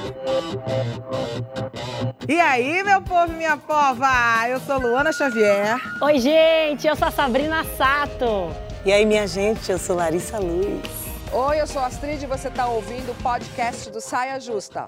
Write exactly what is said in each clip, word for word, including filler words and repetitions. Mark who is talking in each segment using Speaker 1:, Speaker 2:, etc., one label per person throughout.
Speaker 1: E aí, meu povo e minha pova? Eu sou Luana Xavier.
Speaker 2: Oi, gente, eu sou a Sabrina Sato.
Speaker 3: E aí, minha gente, eu sou Larissa Luz.
Speaker 4: Oi, eu sou a Astrid e você está ouvindo o podcast do Saia Justa.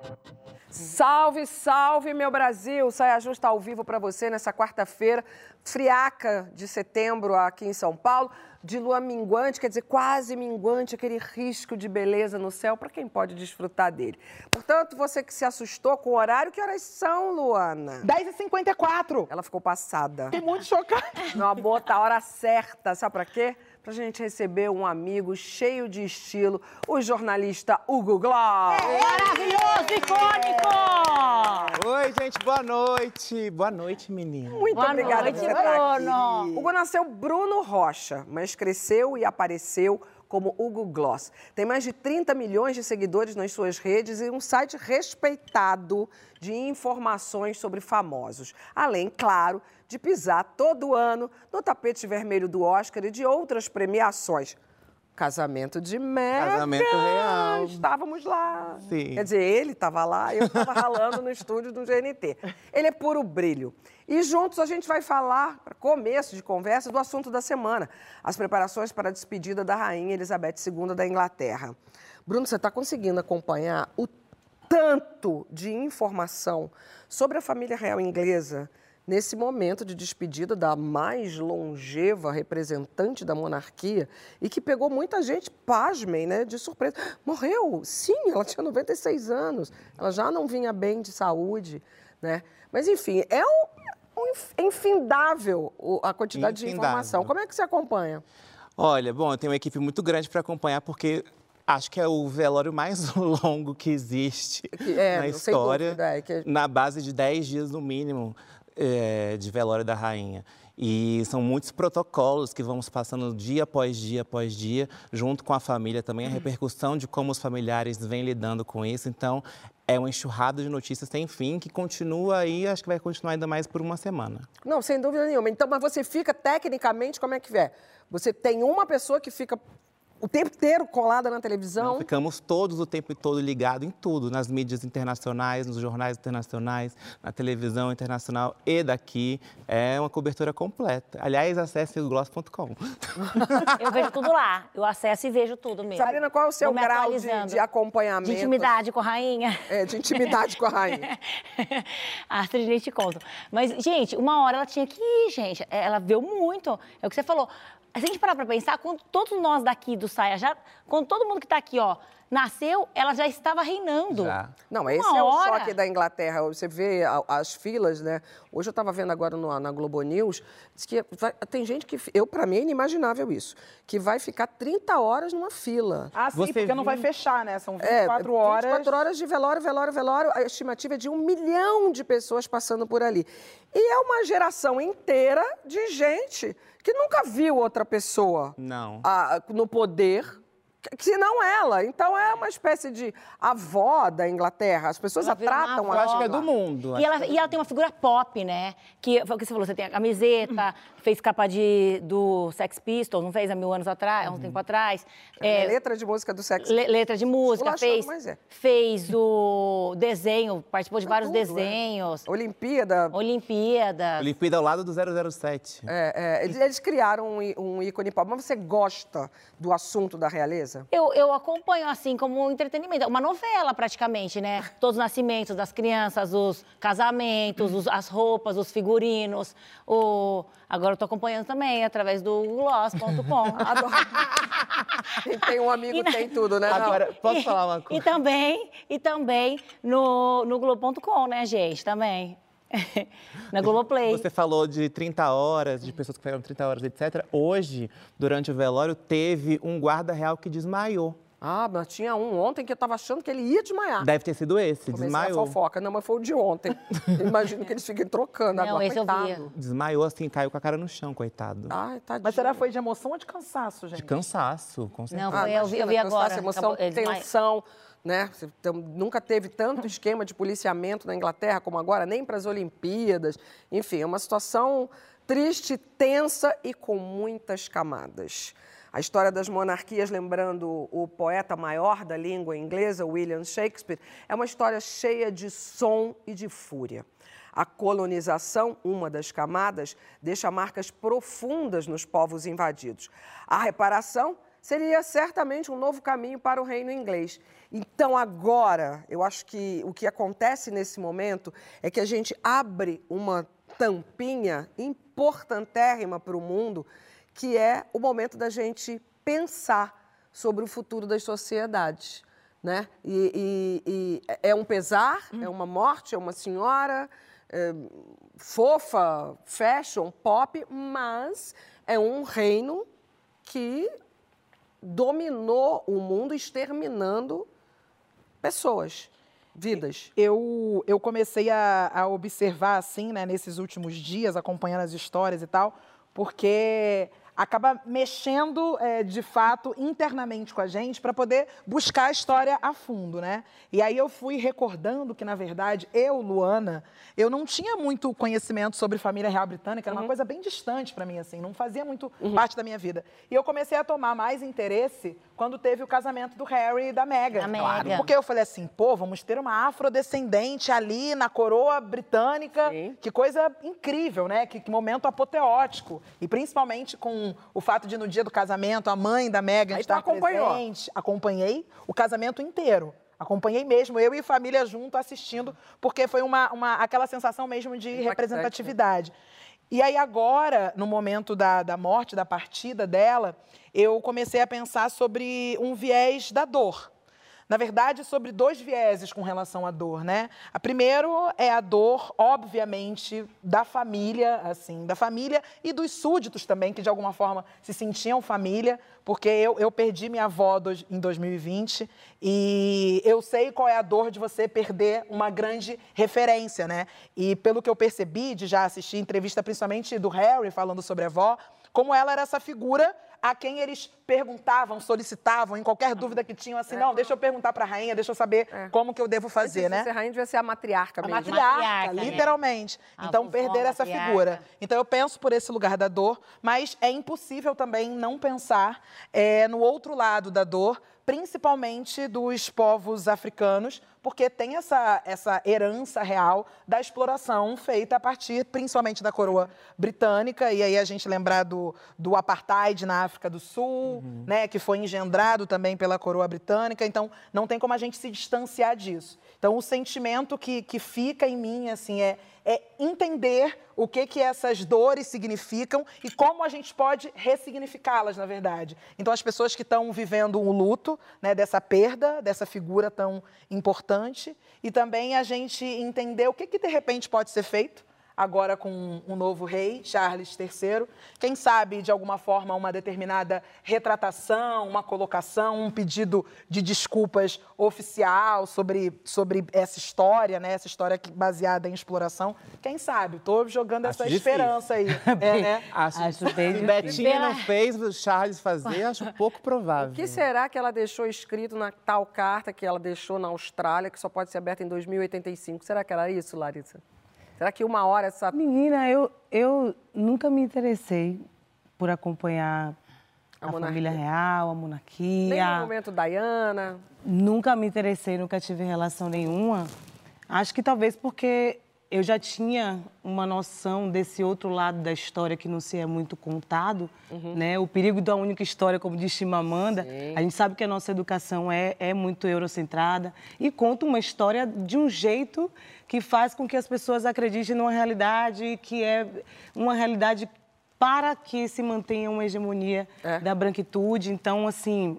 Speaker 4: Salve, salve, meu Brasil! Saia Justa ao vivo para você nessa quarta-feira, friaca de setembro aqui em São Paulo, de lua minguante, quer dizer, quase minguante, aquele risco de beleza no céu para quem pode desfrutar dele. Portanto, você que se assustou com o horário, que horas são, Luana?
Speaker 1: dez e cinquenta e quatro.
Speaker 4: Ela ficou passada.
Speaker 1: Fiquei muito chocada.
Speaker 4: Não, amor, tá a hora certa, sabe para quê? Pra gente receber um amigo cheio de estilo, o jornalista Hugo Gloss.
Speaker 2: É, maravilhoso, icônico!
Speaker 5: Oi, gente, boa noite. Boa noite, menina.
Speaker 4: Muito
Speaker 2: boa
Speaker 4: obrigada
Speaker 2: noite,
Speaker 4: por você estar aqui.
Speaker 2: Bruno.
Speaker 4: Hugo nasceu Bruno Rocha, mas cresceu e apareceu como Hugo Gloss. Tem mais de trinta milhões de seguidores nas suas redes e um site respeitado de informações sobre famosos. Além, claro, de pisar todo ano no tapete vermelho do Oscar e de outras premiações. Casamento de Mega.
Speaker 5: Casamento real.
Speaker 4: Estávamos lá.
Speaker 5: Sim.
Speaker 4: Quer dizer, ele estava lá, eu estava ralando no estúdio do G N T. Ele é puro brilho. E juntos a gente vai falar, para começo de conversa, do assunto da semana. As preparações para a despedida da Rainha Elizabeth segunda da Inglaterra. Bruno, você está conseguindo acompanhar o tanto de informação sobre a família real inglesa nesse momento de despedida da mais longeva representante da monarquia e que pegou muita gente, pasmem, né, de surpresa. Morreu? Sim, ela tinha noventa e seis anos, ela já não vinha bem de saúde, né? Mas, enfim, é um, um infindável a quantidade
Speaker 5: Infindável.
Speaker 4: de informação. Como é que você acompanha?
Speaker 5: Olha, bom, eu tenho uma equipe muito grande para acompanhar, porque acho que é o velório mais longo que existe
Speaker 4: É,
Speaker 5: na
Speaker 4: sem
Speaker 5: história,
Speaker 4: dúvida, é que-
Speaker 5: na base de dez dias no mínimo. É, de velório da rainha. E são muitos protocolos que vamos passando dia após dia após dia, junto com a família também, a repercussão de como os familiares vêm lidando com isso. Então, é uma enxurrada de notícias sem fim que continua aí, acho que vai continuar ainda mais por uma semana.
Speaker 4: Não, sem dúvida nenhuma. Então, mas você fica, tecnicamente, como é que é? Você tem uma pessoa que fica o tempo inteiro colada na televisão?
Speaker 5: Não, ficamos todos o tempo todo ligados em tudo, nas mídias internacionais, nos jornais internacionais, na televisão internacional e daqui. É uma cobertura completa. Aliás, acesse o gloss ponto com.
Speaker 2: Eu vejo tudo lá, eu acesso e vejo tudo mesmo.
Speaker 4: Sabrina, qual é o seu
Speaker 2: Vou me
Speaker 4: grau de,
Speaker 2: atualizando.
Speaker 4: de acompanhamento?
Speaker 2: De intimidade com a rainha.
Speaker 4: É, de intimidade com a rainha.
Speaker 2: A Astrid nem te conta. Mas, gente, uma hora ela tinha que ir, gente. Ela viu muito. É o que você falou. Se a gente parar pra pensar, quando todos nós daqui do Saia, já, quando todo mundo que tá aqui, ó, nasceu, ela já estava reinando.
Speaker 5: Já.
Speaker 4: Não, esse
Speaker 2: Uma
Speaker 4: é o
Speaker 2: hora.
Speaker 4: choque da Inglaterra. Você vê a- as filas, né? Hoje eu estava vendo agora no- na Globo News, diz que vai- tem gente que, eu, para mim, é inimaginável isso, que vai ficar trinta horas numa fila.
Speaker 1: Ah, sim,
Speaker 5: Você
Speaker 1: porque não
Speaker 5: viu?
Speaker 1: vai fechar, né? São vinte
Speaker 4: É,
Speaker 1: e quatro horas.
Speaker 4: vinte e quatro horas de velório, velório, velório. A estimativa é de um milhão de pessoas passando por ali. E é uma geração inteira de gente que nunca viu outra pessoa
Speaker 5: Não.
Speaker 4: ah, no poder, que- que não ela. Então é uma espécie de avó da Inglaterra. As pessoas
Speaker 2: Ela virou uma
Speaker 4: tratam
Speaker 2: avó.
Speaker 5: Eu
Speaker 4: a
Speaker 5: acho que é do mundo.
Speaker 2: E ela, e ela tem uma figura pop, né? Que foi o que você falou, você tem a camiseta, fez capa de, do Sex Pistols, não fez há mil anos atrás, há um tempo atrás.
Speaker 4: É,
Speaker 2: É,
Speaker 4: letra de música do sexo.
Speaker 2: le- letra de música,
Speaker 4: Esculachando,
Speaker 2: fez,
Speaker 4: mas é.
Speaker 2: fez o desenho, participou de vários
Speaker 4: tudo, é.
Speaker 2: desenhos,
Speaker 4: Olimpíada.
Speaker 2: Olimpíadas.
Speaker 5: Olimpíada ao lado do zero zero sete.
Speaker 4: É, é, eles, eles criaram um, í- um ícone pop. Mas você gosta do assunto da realeza?
Speaker 2: Eu, eu acompanho, assim, como um entretenimento. É uma novela, praticamente, né? Todos os nascimentos das crianças, os casamentos, os- as roupas, os figurinos. O... Agora eu tô acompanhando também, através do gloss ponto com.
Speaker 4: Adoro. Quem tem um amigo
Speaker 2: E na-
Speaker 4: tem tudo, né? Não.
Speaker 5: Agora, posso
Speaker 2: E-
Speaker 5: falar uma coisa?
Speaker 2: E também, e também no, no globo ponto com, né, gente? Também. Na Globoplay.
Speaker 5: Você falou de trinta horas, de pessoas que ficaram trinta horas, etcétera. Hoje, durante o velório, teve um guarda real que desmaiou.
Speaker 4: Ah, mas tinha um ontem que eu tava achando que ele ia desmaiar.
Speaker 5: Deve ter sido esse,
Speaker 4: Comecei
Speaker 5: desmaiou.
Speaker 4: a fofoca. Não, mas foi o de ontem. Eu imagino que eles fiquem trocando
Speaker 2: Não,
Speaker 4: agora.
Speaker 2: esse eu
Speaker 4: Coitado.
Speaker 2: via.
Speaker 5: Desmaiou assim, caiu com a cara no chão, coitado.
Speaker 4: Ai, tadinho.
Speaker 1: Mas será que foi de emoção ou de cansaço, gente?
Speaker 5: De cansaço, com certeza.
Speaker 2: Não,
Speaker 4: Ah,
Speaker 2: foi, eu vi, eu vi
Speaker 4: imagina,
Speaker 2: agora.
Speaker 4: cansaço, emoção,
Speaker 2: Acabou- ele desmaiou.
Speaker 4: tensão, né? Você tem- nunca teve tanto esquema de policiamento na Inglaterra como agora, nem para as Olimpíadas. Enfim, é uma situação triste, tensa e com muitas camadas. A história das monarquias, lembrando o poeta maior da língua inglesa, William Shakespeare, é uma história cheia de som e de fúria. A colonização, uma das camadas, deixa marcas profundas nos povos invadidos. A reparação seria certamente um novo caminho para o reino inglês. Então, agora, eu acho que o que acontece nesse momento é que a gente abre uma tampinha importantérrima para o mundo, que é o momento da gente pensar sobre o futuro das sociedades, né? E, e, e é um pesar, hum. é uma morte, é uma senhora é, fofa, fashion, pop, mas é um reino que dominou o mundo, exterminando pessoas, vidas.
Speaker 1: Eu, eu comecei a, a observar, assim, né, nesses últimos dias, acompanhando as histórias e tal, porque acaba mexendo, é, de fato, internamente com a gente para poder buscar a história a fundo, né? E aí eu fui recordando que, na verdade, eu, Luana, eu não tinha muito conhecimento sobre família real britânica, era uma uhum. coisa bem distante para mim, assim, não fazia muito uhum. parte da minha vida. E eu comecei a tomar mais interesse quando teve o casamento do Harry e da Meghan.
Speaker 2: Claro.
Speaker 1: Porque eu falei assim, pô, vamos ter uma afrodescendente ali na coroa britânica. Sim. Que coisa incrível, né? Que, que momento apoteótico. E principalmente com o fato de, no dia do casamento, a mãe da Meghan estar presente. Acompanhei o casamento inteiro. Acompanhei mesmo, eu e família junto assistindo, porque foi uma, uma, aquela sensação mesmo de Impactante, representatividade. Né? E aí agora, no momento da, da morte, da partida dela, eu comecei a pensar sobre um viés da dor. Na verdade, sobre dois vieses com relação à dor, né? A primeiro é a dor, obviamente, da família, assim, da família e dos súditos também, que de alguma forma se sentiam família, porque eu, eu perdi minha avó dois, em dois mil e vinte e eu sei qual é a dor de você perder uma grande referência, né? E pelo que eu percebi, de já assistir entrevista principalmente do Harry falando sobre a avó, como ela era essa figura a quem eles perguntavam, solicitavam, em qualquer dúvida que tinham, assim, é. não, deixa eu perguntar para a rainha, deixa eu saber é. como que eu devo fazer, né?
Speaker 4: A rainha devia ser a matriarca mesmo.
Speaker 1: A matriarca,
Speaker 2: matriarca
Speaker 1: literalmente.
Speaker 2: Né?
Speaker 1: Então,
Speaker 2: a
Speaker 1: perder
Speaker 2: vovó,
Speaker 1: essa
Speaker 2: matriarca.
Speaker 1: figura. Então, eu penso por esse lugar da dor, mas é impossível também não pensar é, no outro lado da dor, principalmente dos povos africanos, porque tem essa, essa herança real da exploração feita a partir, principalmente, da coroa britânica, e aí a gente lembrar do, do apartheid na África do Sul, uhum. né, que foi engendrado também pela coroa britânica, então não tem como a gente se distanciar disso. Então, o sentimento que, que fica em mim, assim, é, é entender o que, que essas dores significam e como a gente pode ressignificá-las, na verdade. Então, as pessoas que estão vivendo um luto, né, dessa perda, dessa figura tão importante, e também a gente entender o que, que de repente, pode ser feito agora com um novo rei, Charles terceiro. Quem sabe, de alguma forma, uma determinada retratação, uma colocação, um pedido de desculpas oficial sobre, sobre essa história, né? Essa história baseada em exploração. Quem sabe? Estou jogando
Speaker 5: acho
Speaker 1: essa
Speaker 5: difícil.
Speaker 1: esperança aí. É, né?
Speaker 5: Acho,
Speaker 2: acho bem
Speaker 5: se Betinha não fez, o Charles fazer, acho pouco provável.
Speaker 4: O que será que ela deixou escrito na tal carta que ela deixou na Austrália, que só pode ser aberta em dois mil e oitenta e cinco? Será que era isso, Larissa? Será que uma hora essa...
Speaker 3: Menina, eu, eu nunca me interessei por acompanhar a, a família real, a monarquia.
Speaker 4: Nem no momento Diana.
Speaker 3: Nunca me interessei, nunca tive relação nenhuma. Acho que talvez porque eu já tinha uma noção desse outro lado da história que não se é muito contado, uhum. né? O perigo da única história, como diz Chimamanda. Sim. A gente sabe que a nossa educação é, é muito eurocentrada e conta uma história de um jeito que faz com que as pessoas acreditem numa realidade que é uma realidade para que se mantenha uma hegemonia é. da branquitude. Então, assim,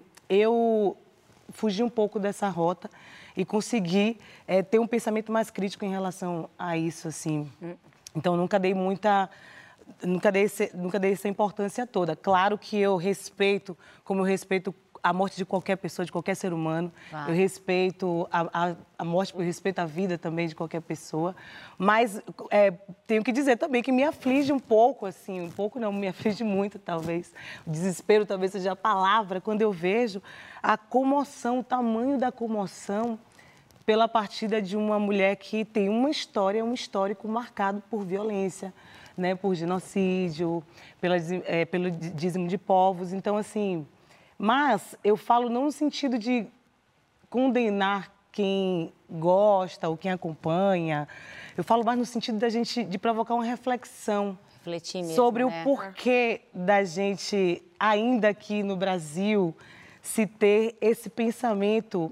Speaker 3: eu fugi um pouco dessa rota e consegui é, ter um pensamento mais crítico em relação a isso, assim. Hum. Então, nunca dei muita... Nunca dei, esse, nunca dei essa importância toda. Claro que eu respeito, como eu respeito a morte de qualquer pessoa, de qualquer ser humano. Ah. Eu respeito a, a, a morte, eu respeito a vida também de qualquer pessoa. Mas é, tenho que dizer também que me aflige um pouco, assim, um pouco não, me aflige muito, talvez. O desespero talvez seja a palavra, quando eu vejo a comoção, o tamanho da comoção pela partida de uma mulher que tem uma história, um histórico marcado por violência. né, por genocídio, pela, é, pelo dízimo de povos. Então, assim, mas eu falo não no sentido de condenar quem gosta ou quem acompanha, eu falo mais no sentido da gente, de provocar uma reflexão
Speaker 2: Refletir mesmo,
Speaker 3: sobre
Speaker 2: né?
Speaker 3: o porquê da gente, ainda aqui no Brasil, se ter esse pensamento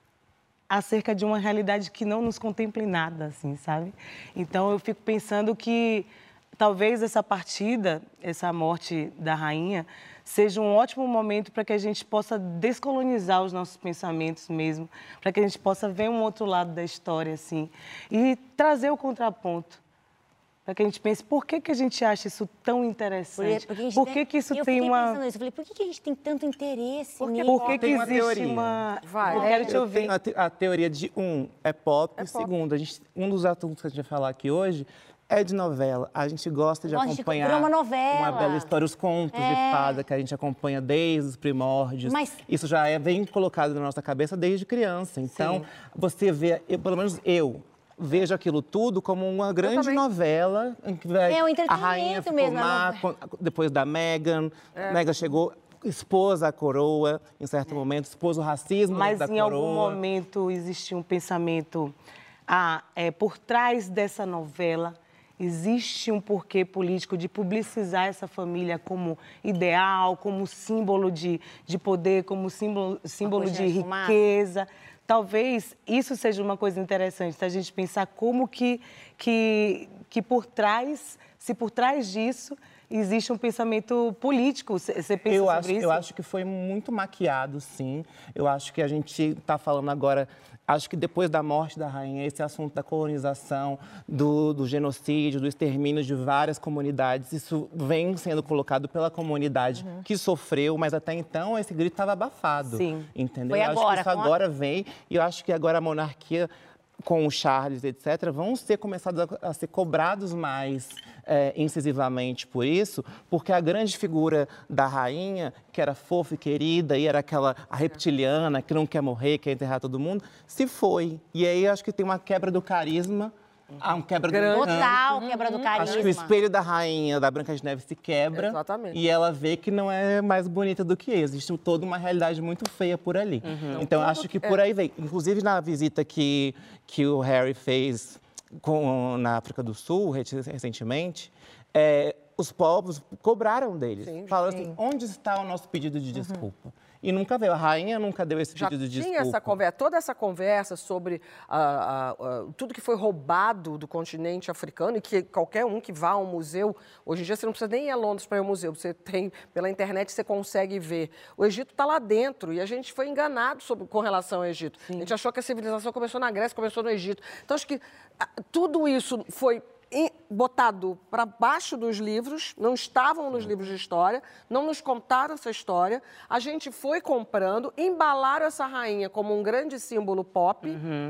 Speaker 3: acerca de uma realidade que não nos contempla em nada, assim, sabe? Então, eu fico pensando que talvez essa partida, essa morte da rainha, seja um ótimo momento para que a gente possa descolonizar os nossos pensamentos mesmo, para que a gente possa ver um outro lado da história, assim, e trazer o contraponto. Para que a gente pense, por que, que a gente acha isso tão interessante?
Speaker 2: Porque, porque
Speaker 3: por que, que isso
Speaker 2: eu
Speaker 3: tem uma...
Speaker 2: Nisso. Eu falei, por que, que a gente tem tanto interesse
Speaker 3: Por que,
Speaker 2: nisso?
Speaker 3: por que, que
Speaker 5: Tem uma
Speaker 3: existe
Speaker 5: teoria.
Speaker 3: uma...
Speaker 4: Vai.
Speaker 3: Eu quero te
Speaker 5: Eu
Speaker 3: ouvir.
Speaker 5: tenho a, te- a teoria de um, é pop,
Speaker 4: É pop.
Speaker 5: segundo, a gente, um dos assuntos que a gente vai falar aqui hoje é de novela. A gente gosta de
Speaker 2: Gosta de
Speaker 5: acompanhar
Speaker 2: procurar uma novela.
Speaker 5: uma bela história, os contos
Speaker 2: É.
Speaker 5: de fada que a gente acompanha desde os primórdios.
Speaker 2: Mas-
Speaker 5: Isso já é bem colocado na nossa cabeça desde criança. Então, você vê, eu, pelo menos eu, vejo aquilo tudo como uma grande
Speaker 4: também.
Speaker 5: novela em que vai
Speaker 2: É um
Speaker 5: a
Speaker 2: entretenimento
Speaker 5: rainha ficou
Speaker 2: mesmo, a
Speaker 5: má,
Speaker 2: novela.
Speaker 5: com- depois da Meghan,
Speaker 4: É.
Speaker 5: Meghan chegou, expôs a coroa em certo momento, expôs o racismo
Speaker 3: Mas
Speaker 5: da
Speaker 3: em
Speaker 5: coroa.
Speaker 3: algum momento existe um pensamento, ah, é, por trás dessa novela existe um porquê político de publicizar essa família como ideal, como símbolo de, de poder, como símbolo, símbolo de
Speaker 2: cortina de fumaça.
Speaker 3: riqueza. Talvez isso seja uma coisa interessante, da gente pensar como que, que, que por trás, se por trás disso existe um pensamento político. Você pensa
Speaker 5: Eu
Speaker 3: sobre
Speaker 5: acho,
Speaker 3: isso?
Speaker 5: eu acho que foi muito maquiado, sim. Eu acho que a gente está falando agora... Acho que depois da morte da rainha, esse assunto da colonização, do, do genocídio, do extermínio de várias comunidades, isso vem sendo colocado pela comunidade
Speaker 2: Uhum.
Speaker 5: que sofreu, mas até então esse grito estava abafado.
Speaker 3: Sim.
Speaker 5: Entendeu?
Speaker 2: Foi
Speaker 5: eu acho
Speaker 2: agora,
Speaker 5: que isso
Speaker 2: com a-
Speaker 5: agora vem e eu acho que agora a monarquia, com o Charles, etcétera, vão ser começados a, a ser cobrados mais é, incisivamente por isso, porque a grande figura da rainha, que era fofa e querida, e era aquela a reptiliana, que não quer morrer, quer enterrar todo mundo, se foi. E aí acho que tem uma quebra do carisma, há um quebra do encanto.
Speaker 2: Total, quebra do carisma.
Speaker 5: Acho que o espelho da rainha, da Branca de Neve, se quebra.
Speaker 4: Exatamente.
Speaker 5: E ela vê que não é mais bonita do que existe toda uma realidade muito feia por ali. Então, acho que por aí vem. Inclusive, na visita que, que o Harry fez com, na África do Sul, recentemente, é, os povos cobraram deles.
Speaker 4: Sim,
Speaker 5: Falaram
Speaker 4: sim.
Speaker 5: assim, onde está o nosso pedido de desculpa? E nunca veio. A rainha nunca deu esse
Speaker 4: Já
Speaker 5: pedido de
Speaker 4: tinha
Speaker 5: desculpa.
Speaker 4: essa conversa, toda essa conversa sobre ah, ah, ah, tudo que foi roubado do continente africano e que qualquer um que vá a um museu, hoje em dia você não precisa nem ir a Londres para ir ao museu, você tem, pela internet você consegue ver. O Egito está lá dentro e a gente foi enganado sobre, com relação ao Egito. A gente achou que a civilização começou na Grécia, começou no Egito. Então acho que ah, tudo isso foi em- botado para baixo dos livros, não estavam nos livros de história, não nos contaram essa história. A gente foi comprando, embalaram essa rainha como um grande símbolo pop.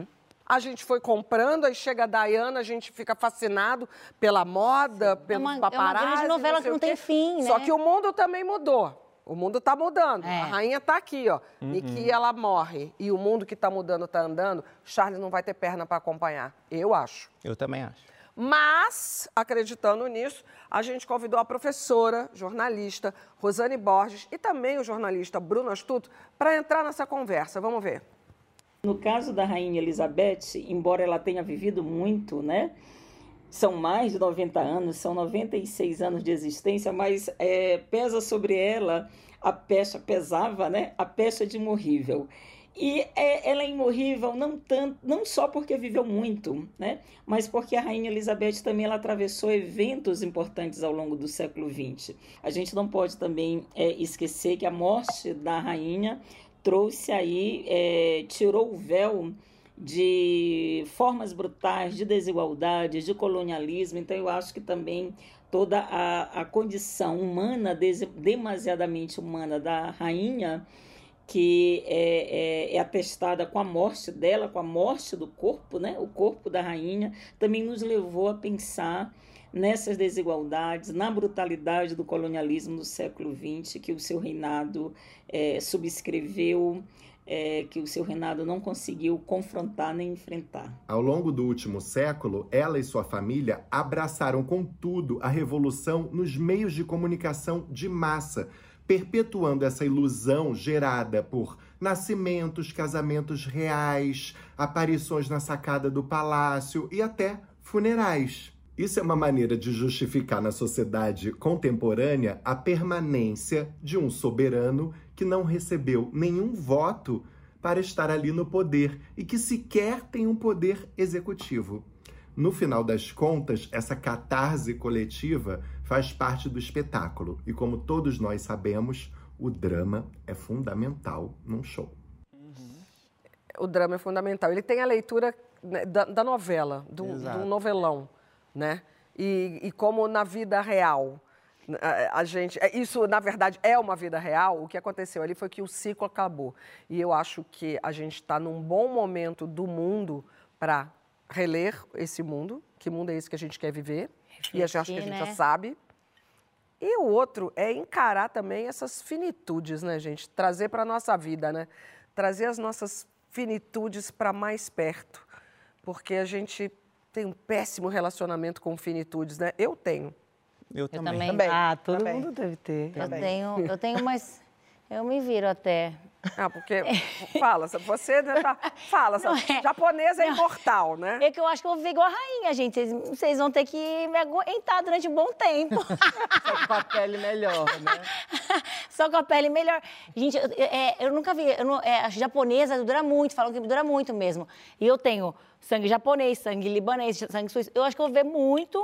Speaker 4: A gente foi comprando, aí chega a Diana, a gente fica fascinado pela moda, pelos
Speaker 2: uma- é uma
Speaker 4: paparazzi.
Speaker 2: grande novela
Speaker 4: sei
Speaker 2: que não
Speaker 4: o
Speaker 2: tem
Speaker 4: quê.
Speaker 2: fim,
Speaker 4: Só
Speaker 2: né?
Speaker 4: que o mundo também mudou. O mundo está mudando.
Speaker 2: É.
Speaker 4: A rainha está aqui, ó. E que ela morre. E o mundo que está mudando está andando, Charles não vai ter perna para acompanhar. Eu acho.
Speaker 5: Eu também acho.
Speaker 4: Mas, acreditando nisso, a gente convidou a professora, jornalista Rosane Borges e também o jornalista Bruno Astuto para entrar nessa conversa. Vamos ver.
Speaker 6: No caso da Rainha Elizabeth, embora ela tenha vivido muito, né? São mais de noventa anos, são noventa e seis anos de existência, mas é, pesa sobre ela a pecha, pesava, né? A pecha de imorrível. E é, ela é imorrível não, tanto, não só porque viveu muito, né? Mas porque a Rainha Elizabeth também ela atravessou eventos importantes ao longo do século vinte. A gente não pode também é, esquecer que a morte da rainha trouxe aí, é, tirou o véu de formas brutais, de desigualdade, de colonialismo. Então, eu acho que também toda a, a condição humana, des, demasiadamente humana da rainha, que é, é, é atestada com a morte dela, com a morte do corpo, né? O corpo da rainha, também nos levou a pensar nessas desigualdades, na brutalidade do colonialismo do século vinte, que o seu reinado é, subscreveu é, que o seu reinado não conseguiu confrontar nem enfrentar.
Speaker 7: Ao longo do último século, ela e sua família abraçaram com tudo a revolução nos meios de comunicação de massa, perpetuando essa ilusão gerada por nascimentos, casamentos reais, aparições na sacada do palácio e até funerais. Isso é uma maneira de justificar na sociedade contemporânea a permanência de um soberano que não recebeu nenhum voto para estar ali no poder e que sequer tem um poder executivo. No final das contas, essa catarse coletiva faz parte do espetáculo. E como todos nós sabemos, o drama é fundamental num show.
Speaker 4: O drama é fundamental. Ele tem a leitura, né, da, da novela, do, do novelão, né? E, e como na vida real, a, a gente... Isso, na verdade, é uma vida real. O que aconteceu ali foi que o ciclo acabou. E eu acho que a gente está num bom momento do mundo para reler esse mundo. Que mundo é esse que a gente quer viver? Refletir, e acho que a gente, né, já sabe. E o outro é encarar também essas finitudes, né, gente? Trazer para a nossa vida, né? Trazer as nossas finitudes para mais perto. Porque a gente tem um péssimo relacionamento com finitudes, né? Eu tenho.
Speaker 5: Eu também.
Speaker 2: Eu também.
Speaker 3: Ah, todo
Speaker 1: Também.
Speaker 3: mundo deve ter.
Speaker 2: Eu tenho, eu tenho, mas eu me viro até.
Speaker 4: Ah, porque... Fala, você... Né, tá, fala,
Speaker 2: Não é.
Speaker 4: japonês é imortal, né?
Speaker 2: É que eu acho que eu vou viver igual a rainha, gente. Vocês, vocês vão ter que me aguentar durante um bom tempo.
Speaker 3: Só com a pele melhor, né?
Speaker 2: Só com a pele melhor. Gente, eu, é, eu nunca vi... Eu não, é, a japonesa dura muito, falam que dura muito mesmo. E eu tenho sangue japonês, sangue libanês, sangue suíço. Eu acho que eu vou ver muito...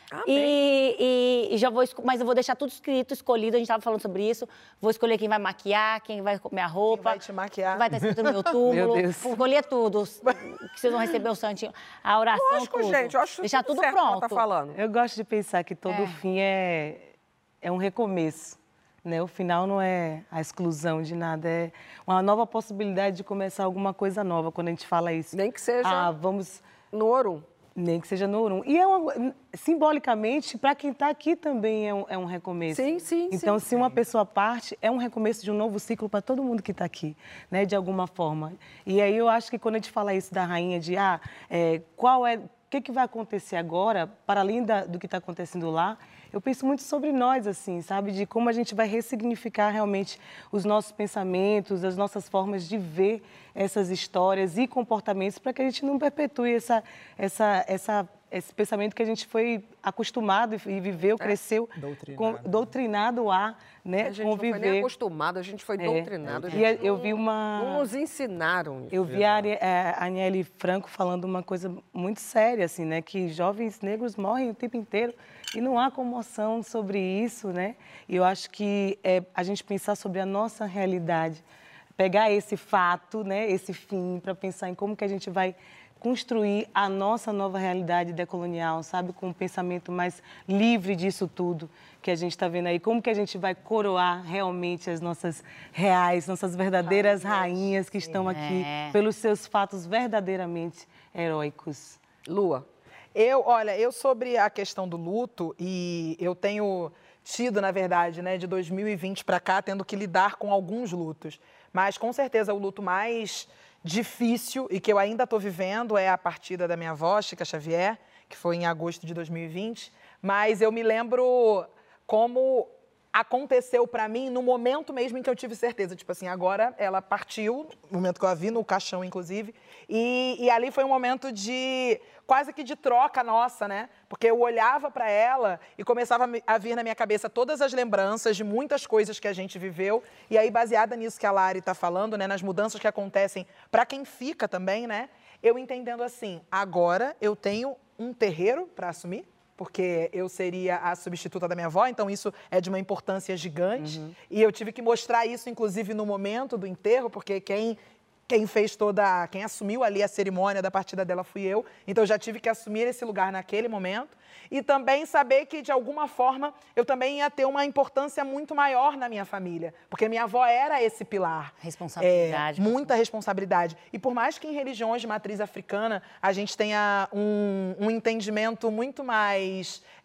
Speaker 2: E, e, e já vou, mas eu vou deixar tudo escrito, escolhido. A gente estava falando sobre isso. Vou escolher quem vai maquiar, quem vai comer a roupa.
Speaker 1: Quem vai te maquiar.
Speaker 2: Quem vai estar escrito no meu túmulo.
Speaker 3: Meu Deus.
Speaker 2: Vou escolher tudo. Que vocês vão receber o santinho, a oração,
Speaker 4: Lógico,
Speaker 2: tudo.
Speaker 4: gente. Eu acho
Speaker 2: deixar tudo
Speaker 4: certo
Speaker 2: pronto.
Speaker 4: que ela tá falando.
Speaker 3: Eu gosto de pensar que todo
Speaker 2: É.
Speaker 3: fim é, é um recomeço. Né? O final não é a exclusão de nada, é uma nova possibilidade de começar alguma coisa nova quando a gente fala isso.
Speaker 4: Nem que seja
Speaker 3: Ah, vamos...
Speaker 4: no Ouro.
Speaker 3: Nem que seja no Orum. E é uma, simbolicamente, para quem está aqui também é um, é um recomeço.
Speaker 4: Sim, sim,
Speaker 3: Então,
Speaker 4: sim.
Speaker 3: se uma pessoa parte, é um recomeço de um novo ciclo para todo mundo que está aqui, né? De alguma forma. E aí eu acho que quando a gente fala isso da rainha, de ah, é, qual é, o que, que vai acontecer agora, para além da, do que está acontecendo lá, eu penso muito sobre nós, assim, sabe? De como a gente vai ressignificar realmente os nossos pensamentos, as nossas formas de ver essas histórias e comportamentos para que a gente não perpetue essa, essa, essa, esse pensamento que a gente foi acostumado e viveu, cresceu,
Speaker 5: Doutrinado.
Speaker 3: com, doutrinado a, né,
Speaker 4: A gente
Speaker 3: conviver.
Speaker 4: não foi nem acostumado, a gente foi
Speaker 3: É.
Speaker 4: doutrinado. A
Speaker 3: E
Speaker 4: gente
Speaker 3: eu
Speaker 4: não-
Speaker 3: vi uma...
Speaker 4: Não nos ensinaram isso.
Speaker 3: Eu vi a, Ari- a Aniele Franco falando uma coisa muito séria, assim, né? Que jovens negros morrem o tempo inteiro e não há comoção sobre isso, né? E eu acho que é a gente pensar sobre a nossa realidade, pegar esse fato, né? Esse fim, para pensar em como que a gente vai construir a nossa nova realidade decolonial, sabe? Com um pensamento mais livre disso tudo que a gente está vendo aí. Como que a gente vai coroar realmente as nossas reais, nossas verdadeiras rainhas que estão aqui
Speaker 2: É.
Speaker 3: pelos seus fatos verdadeiramente heróicos.
Speaker 4: Lua.
Speaker 1: Eu, olha, eu sobre a questão do luto, e eu tenho tido, na verdade, né, de dois mil e vinte para cá, tendo que lidar com alguns lutos. Mas, com certeza, o luto mais difícil e que eu ainda estou vivendo é a partida da minha avó, Chica Xavier, que foi em agosto de dois mil e vinte. Mas eu me lembro como aconteceu para mim no momento mesmo em que eu tive certeza. Tipo assim, agora ela partiu, no momento que eu a vi, no caixão, inclusive. E, e ali foi um momento de... quase que de troca nossa, né? Porque eu olhava para ela e começava a me- a vir na minha cabeça todas as lembranças de muitas coisas que a gente viveu. E aí, baseada nisso que a Lari está falando, né? Nas mudanças que acontecem para quem fica também, né? Eu entendendo assim, agora eu tenho um terreiro para assumir, porque eu seria a substituta da minha avó, então isso é de uma importância gigante. E eu tive que mostrar isso, inclusive, no momento do enterro, porque quem... Quem fez toda, quem assumiu ali a cerimônia da partida dela fui eu. Então, eu já tive que assumir esse lugar naquele momento. E também saber que, de alguma forma, eu também ia ter uma importância muito maior na minha família. Porque minha avó era esse pilar.
Speaker 2: Responsabilidade.
Speaker 1: É, muita responsabilidade. E por mais que em religiões de matriz africana a gente tenha um, um entendimento muito mais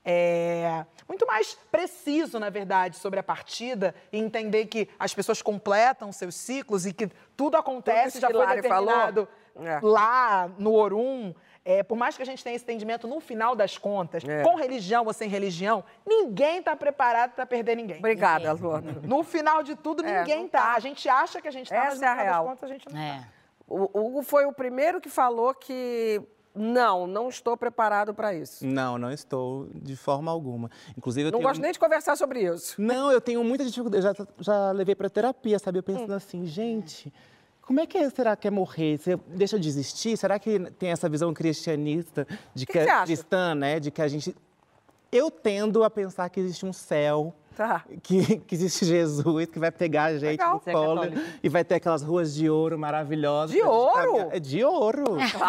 Speaker 1: é, muito mais preciso, na verdade, sobre a partida e entender que as pessoas completam seus ciclos e que tudo acontece, já foi determinado é. lá no Orum. É, por mais que a gente tenha esse entendimento, no final das contas, é. com religião ou sem religião, ninguém está preparado para perder ninguém.
Speaker 4: Obrigada, Luana.
Speaker 1: No final de tudo, é, ninguém está. A gente acha que a gente está, mas no
Speaker 4: é
Speaker 1: final
Speaker 4: real.
Speaker 1: das contas a gente não está.
Speaker 2: É.
Speaker 4: O Hugo foi o primeiro que falou que não, não estou preparado para isso.
Speaker 5: Não, não estou de forma alguma. Inclusive, eu
Speaker 4: não
Speaker 5: tenho...
Speaker 4: gosto nem de conversar sobre isso.
Speaker 5: Não, eu tenho muita dificuldade. Eu já, já levei para terapia, sabe? Eu pensando hum. assim, gente... Como é que é, será que é morrer? Você deixa de existir? Será que tem essa visão cristianista de que, que é cristã, né? De que a gente... Eu tendo a pensar que existe um céu, tá. que, que existe Jesus, que vai pegar a gente Legal. no colo é e vai ter aquelas ruas de ouro maravilhosas.
Speaker 4: De ouro?
Speaker 5: É de ouro.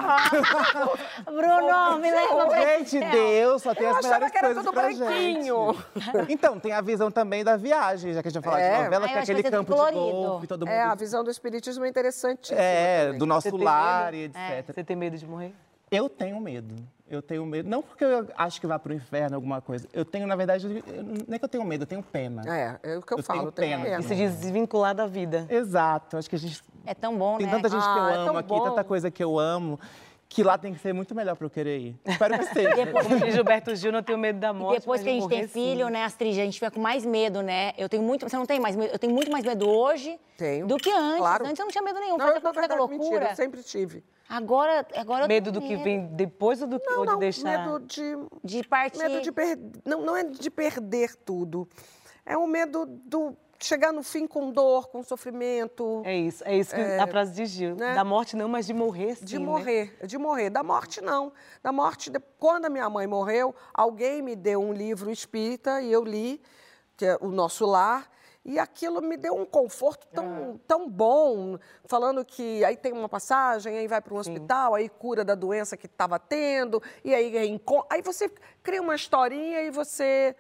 Speaker 2: Bruno, me leva pra
Speaker 5: Gente, Deus só tem
Speaker 4: Eu
Speaker 5: as melhores
Speaker 4: que era
Speaker 5: coisas
Speaker 4: tudo
Speaker 5: pra
Speaker 4: branquinho.
Speaker 5: gente. Então, tem a visão também da viagem, já que a gente vai falar é. de novela,
Speaker 2: ah,
Speaker 5: que é aquele campo de golfe, todo mundo...
Speaker 4: É, a visão do espiritismo é interessante.
Speaker 5: É, também. do nosso lar e etcétera.
Speaker 3: É. Você tem medo de morrer?
Speaker 5: Eu tenho medo. Eu tenho medo. Não porque eu acho que vá para o inferno, alguma coisa. Eu tenho, na verdade, eu, não é que eu tenho medo, eu tenho pena.
Speaker 4: É, é o que eu,
Speaker 5: eu
Speaker 4: falo.
Speaker 5: Tenho
Speaker 4: eu tenho
Speaker 5: pena.
Speaker 4: pena.
Speaker 3: E se desvincular da vida.
Speaker 5: Exato. Acho que a gente...
Speaker 2: É tão bom,
Speaker 5: tem
Speaker 2: né?
Speaker 5: Tem tanta gente
Speaker 4: ah,
Speaker 5: que eu
Speaker 4: é
Speaker 5: amo aqui,
Speaker 4: bom.
Speaker 5: tanta coisa que eu amo, que lá tem que ser muito melhor para eu querer ir. Espero que seja.
Speaker 3: Depois, como diz Gilberto Gil, não tenho medo da morte.
Speaker 2: E depois que a gente tem filho,
Speaker 3: sim.
Speaker 2: né, Astrid, a gente fica com mais medo, né? Eu tenho muito... Você não tem mais medo? Eu tenho muito mais medo hoje
Speaker 4: tenho.
Speaker 2: do que antes.
Speaker 4: Claro.
Speaker 2: Antes eu não tinha medo nenhum.
Speaker 4: Não,
Speaker 2: Fazia
Speaker 4: eu não,
Speaker 2: tanta loucura.
Speaker 4: Mentira, eu sempre tive.
Speaker 2: Agora, agora
Speaker 3: medo
Speaker 2: eu
Speaker 3: do
Speaker 2: tenho
Speaker 3: que vem depois ou do que
Speaker 4: não,
Speaker 3: ou de
Speaker 4: não,
Speaker 3: deixar?
Speaker 4: medo de...
Speaker 2: De partir.
Speaker 4: Medo de per... não, não é de perder tudo. É um medo do... chegar no fim com dor, com sofrimento.
Speaker 3: É isso, é isso que é, a frase diz Gil. Né? Da morte não, mas de morrer sim,
Speaker 4: De morrer, né? de morrer. Da morte não. Da morte, quando a minha mãe morreu, alguém me deu um livro espírita e eu li, que é O Nosso Lar, e aquilo me deu um conforto tão, uhum. tão bom, falando que aí tem uma passagem, aí vai para um hospital, aí cura da doença que estava tendo, e aí, aí você cria uma historinha e você...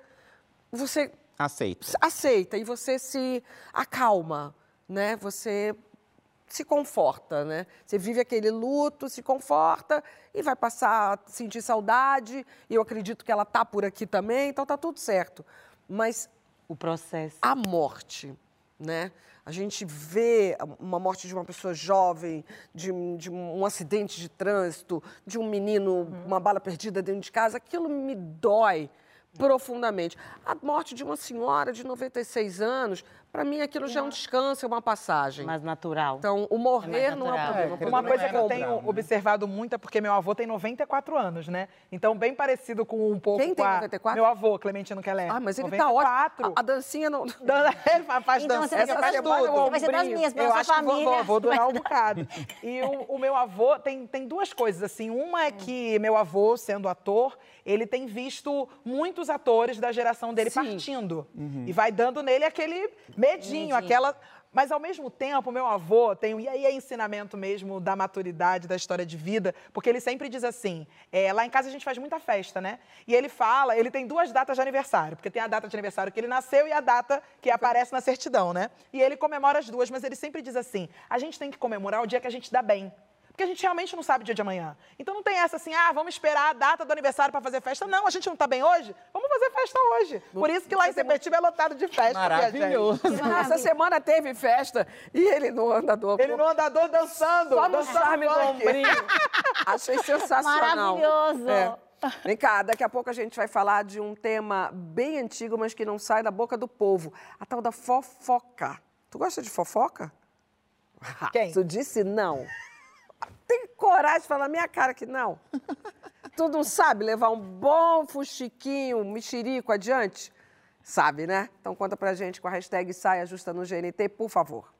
Speaker 4: você
Speaker 5: Aceita.
Speaker 4: Aceita e você se acalma, né? Você se conforta, né? Você vive aquele luto, se conforta e vai passar a sentir saudade. E eu acredito que ela tá por aqui também, então tá tudo certo. Mas
Speaker 3: o processo,
Speaker 4: a morte, né? A gente vê uma morte de uma pessoa jovem, de, de um acidente de trânsito, de um menino, uhum. uma bala perdida dentro de casa, aquilo me dói profundamente. A morte de uma senhora de noventa e seis anos, para mim aquilo já é um descanso, é uma passagem.
Speaker 3: Mais natural.
Speaker 4: Então, o morrer é não é o problema.
Speaker 1: É, uma coisa que eu tenho observado muito é porque meu avô tem noventa e quatro anos, né? Então, bem parecido com um pouco
Speaker 4: Quem
Speaker 1: com
Speaker 4: tem
Speaker 1: a...
Speaker 4: noventa e quatro?
Speaker 1: Meu avô, Clementino Keller.
Speaker 4: Ah, mas ele
Speaker 1: noventa e quatro.
Speaker 4: tá ótimo. A, a dancinha não...
Speaker 1: Ele faz
Speaker 2: então,
Speaker 1: dança.
Speaker 2: Você vai,
Speaker 1: faz
Speaker 2: ser das, você vai ser das minhas, pela
Speaker 1: eu
Speaker 2: sua
Speaker 1: acho
Speaker 2: família.
Speaker 1: Que vou, vou durar um bocado. E o, o meu avô tem, tem duas coisas, assim. Uma é que meu avô, sendo ator, ele tem visto muitos atores da geração dele Sim. partindo. Uhum. E vai dando nele aquele medinho, medinho. aquela... Mas, ao mesmo tempo, meu avô tem... E aí é ensinamento mesmo da maturidade, da história de vida, porque ele sempre diz assim, é, lá em casa a gente faz muita festa, né? E ele fala, ele tem duas datas de aniversário, porque tem a data de aniversário que ele nasceu e a data que aparece na certidão, né? E ele comemora as duas, mas ele sempre diz assim, a gente tem que comemorar o dia que a gente dá bem. Porque a gente realmente não sabe o dia de amanhã. Então não tem essa assim, ah, vamos esperar a data do aniversário para fazer festa. Não, a gente não tá bem hoje? Vamos fazer festa hoje. Por isso que lá em Sepetiba é lotado de festa.
Speaker 5: Maravilhoso.
Speaker 4: Essa semana teve festa e ele no andador.
Speaker 1: Ele no andador dançando.
Speaker 4: Só no charme do ombrinho. Achei sensacional.
Speaker 2: Maravilhoso.
Speaker 4: É. Vem cá, daqui a pouco a gente vai falar de um tema bem antigo, mas que não sai da boca do povo. A tal da fofoca. Tu gosta de fofoca?
Speaker 1: Quem?
Speaker 4: Tu disse não. Tem coragem de falar na minha cara que não? Tu não sabe levar um bom fuxiquinho, um mexerico adiante? Sabe, né? Então conta pra gente com a hashtag Saia Justa no G N T, por favor.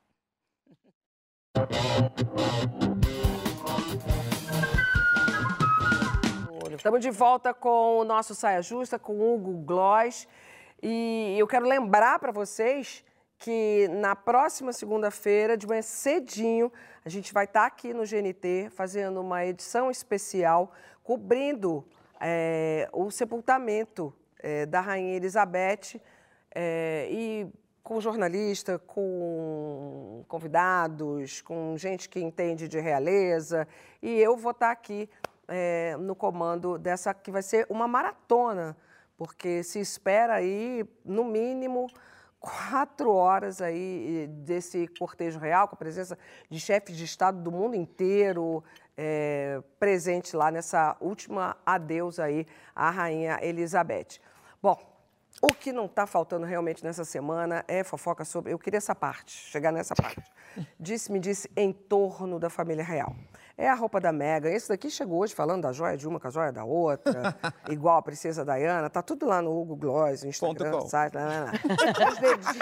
Speaker 4: Estamos de volta com o nosso Saia Justa, com o Hugo Gloss. E eu quero lembrar para vocês que na próxima segunda-feira, de manhã cedinho, a gente vai estar aqui no G N T fazendo uma edição especial cobrindo é, o sepultamento é, da Rainha Elizabeth é, e com jornalista, com convidados, com gente que entende de realeza. E eu vou estar aqui é, no comando dessa, que vai ser uma maratona, porque se espera aí, no mínimo, quatro horas aí desse cortejo real, com a presença de chefes de Estado do mundo inteiro, é, presente lá nessa última adeus aí à Rainha Elizabeth. Bom, o que não está faltando realmente nessa semana é fofoca sobre... Eu queria essa parte, chegar nessa parte. Disse-me disse em torno da família real. É a roupa da Meghan. Esse daqui chegou hoje falando da joia de uma com a joia da outra, igual a princesa Diana. Tá tudo lá no Hugo Gloss, no Instagram, no site, lá, lá, lá. Os dedinhos,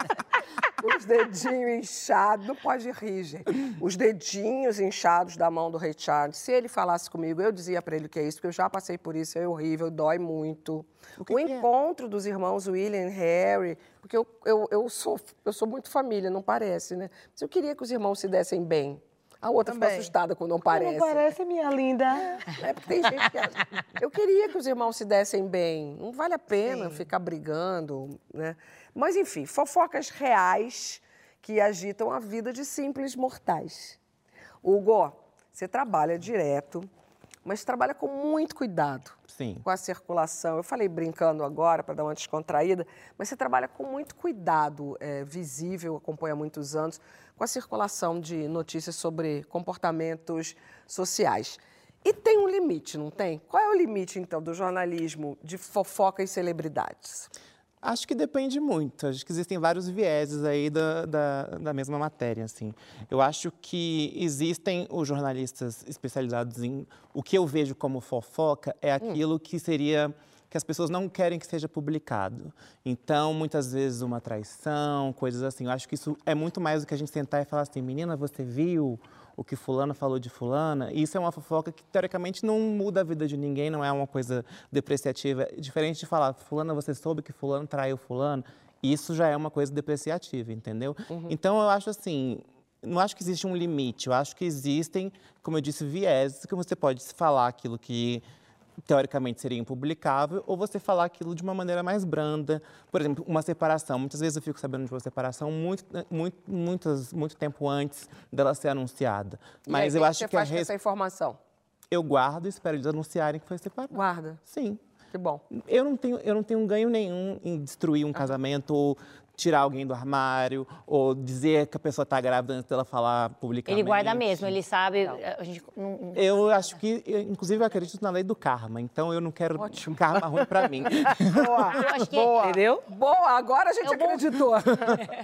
Speaker 4: os dedinhos inchados, não pode rir, gente. Os dedinhos inchados da mão do Rei Charles. Se ele falasse comigo, eu dizia para ele que é isso, porque eu já passei por isso, é horrível, dói muito. O, que o que encontro é? dos irmãos William e Harry, porque eu, eu, eu, sou, eu sou muito família, não parece, né? Mas eu queria que os irmãos se dessem bem. A outra ficou assustada quando não parece.
Speaker 3: Não parece, minha linda.
Speaker 4: É, porque tem gente que acha. Eu queria que os irmãos se dessem bem. Não vale a pena Sim. ficar brigando, né? Mas, enfim, fofocas reais que agitam a vida de simples mortais. Hugo, você trabalha direto, mas trabalha com muito cuidado.
Speaker 5: Sim.
Speaker 4: Com a circulação. Eu falei brincando agora, para dar uma descontraída, mas você trabalha com muito cuidado, é, visível, acompanha há muitos anos, com a circulação de notícias sobre comportamentos sociais. E tem um limite, não tem? Qual é o limite, então, do jornalismo de fofoca e celebridades?
Speaker 5: Acho que depende muito. Acho que existem vários vieses aí da, da, da mesma matéria, assim. Eu acho que existem os jornalistas especializados em... O que eu vejo como fofoca é aquilo hum. que seria... que as pessoas não querem que seja publicado. Então, muitas vezes, uma traição, coisas assim. Eu acho que isso é muito mais do que a gente sentar e falar assim, menina, você viu o que fulano falou de fulana? Isso é uma fofoca que, teoricamente, não muda a vida de ninguém, não é uma coisa depreciativa. Diferente de falar, fulana, você soube que fulano traiu fulano, isso já é uma coisa depreciativa, entendeu? Uhum. Então, eu acho assim... Não acho que existe um limite. Eu acho que existem, como eu disse, vieses que você pode falar aquilo que... teoricamente seria impublicável, ou você falar aquilo de uma maneira mais branda. Por exemplo, uma separação. Muitas vezes eu fico sabendo de uma separação muito, muito, muitas, muito tempo antes dela ser anunciada. Mas
Speaker 4: e aí,
Speaker 5: eu acho
Speaker 4: você
Speaker 5: que
Speaker 4: faz
Speaker 5: a res...
Speaker 4: essa informação?
Speaker 5: Eu guardo e espero eles anunciarem que foi separado.
Speaker 4: Guarda?
Speaker 5: Sim.
Speaker 4: Que bom.
Speaker 5: Eu não tenho, eu não tenho ganho nenhum em destruir um ah. casamento ou tirar alguém do armário, ou dizer que a pessoa está grávida antes dela falar publicamente.
Speaker 2: Ele guarda mesmo, ele sabe... A gente não, não...
Speaker 5: Eu acho que, inclusive, eu acredito na lei do karma, então eu não quero Ótimo. karma ruim para mim.
Speaker 4: Boa,
Speaker 2: eu acho que...
Speaker 4: Boa.
Speaker 2: Entendeu?
Speaker 4: Boa, agora a gente é acreditou.
Speaker 2: Bom...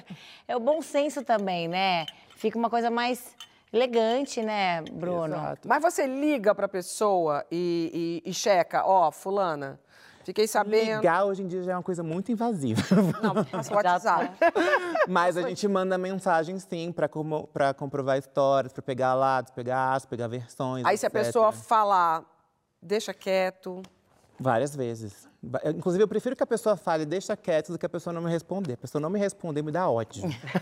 Speaker 2: é o bom senso também, né? Fica uma coisa mais elegante, né, Bruno?
Speaker 5: Exato.
Speaker 4: Mas você liga para a pessoa e, e, e checa, ó, oh, fulana... Fiquei sabendo...
Speaker 5: Ligar hoje em dia já é uma coisa muito invasiva.
Speaker 4: Não, passa o WhatsApp.
Speaker 5: Mas a gente manda mensagem, sim, para como, para comprovar histórias, para pegar lados, pegar as, pegar versões,
Speaker 4: Aí, etcétera. Se a pessoa falar, deixa quieto...
Speaker 5: Várias vezes. Inclusive, eu prefiro que a pessoa fale, deixa quieto, do que a pessoa não me responder. A pessoa não me responder me dá ódio.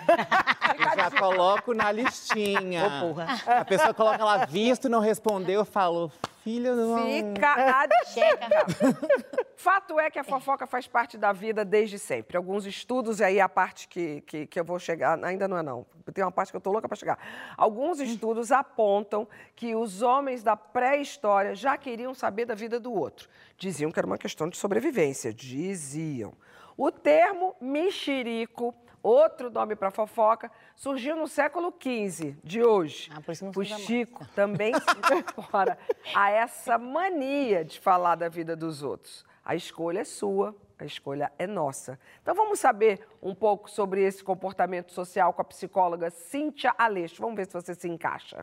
Speaker 5: Eu já coloco na listinha.
Speaker 2: Oh, porra.
Speaker 5: A pessoa coloca lá, visto, não respondeu, eu falo, filha... Não...
Speaker 4: Fica a dica. Fato é que a fofoca faz parte da vida desde sempre. Alguns estudos, e aí a parte que, que, que eu vou chegar, ainda não é não, tem uma parte que eu tô louca para chegar. Alguns estudos apontam que os homens da pré-história já queriam saber da vida do outro. Diziam que era uma questão de sobrevivência, diziam. O termo mexerico, outro nome para fofoca, surgiu no século quinze de hoje.
Speaker 2: Ah, por isso não
Speaker 4: o Chico mais. Também se incorpora a essa mania de falar da vida dos outros. A escolha é sua, a escolha é nossa. Então vamos saber um pouco sobre esse comportamento social com a psicóloga Cíntia Aleixo. Vamos ver se você se encaixa.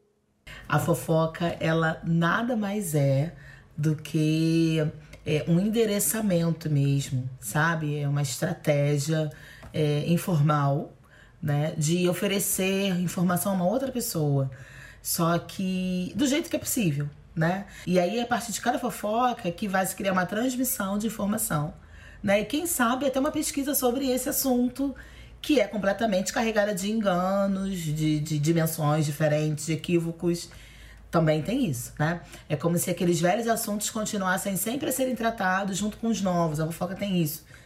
Speaker 8: A fofoca, ela nada mais é do que é, um endereçamento mesmo, sabe? É uma estratégia é, informal, né, de oferecer informação a uma outra pessoa, só que do jeito que é possível, né? E aí, a partir de cada fofoca, que vai se criar uma transmissão de informação, né? E quem sabe até uma pesquisa sobre esse assunto, que é completamente carregada de enganos, de, de dimensões diferentes, de equívocos. Também tem isso, né? É como se aqueles velhos assuntos continuassem sempre a serem tratados junto com os novos. A fofoca tem isso,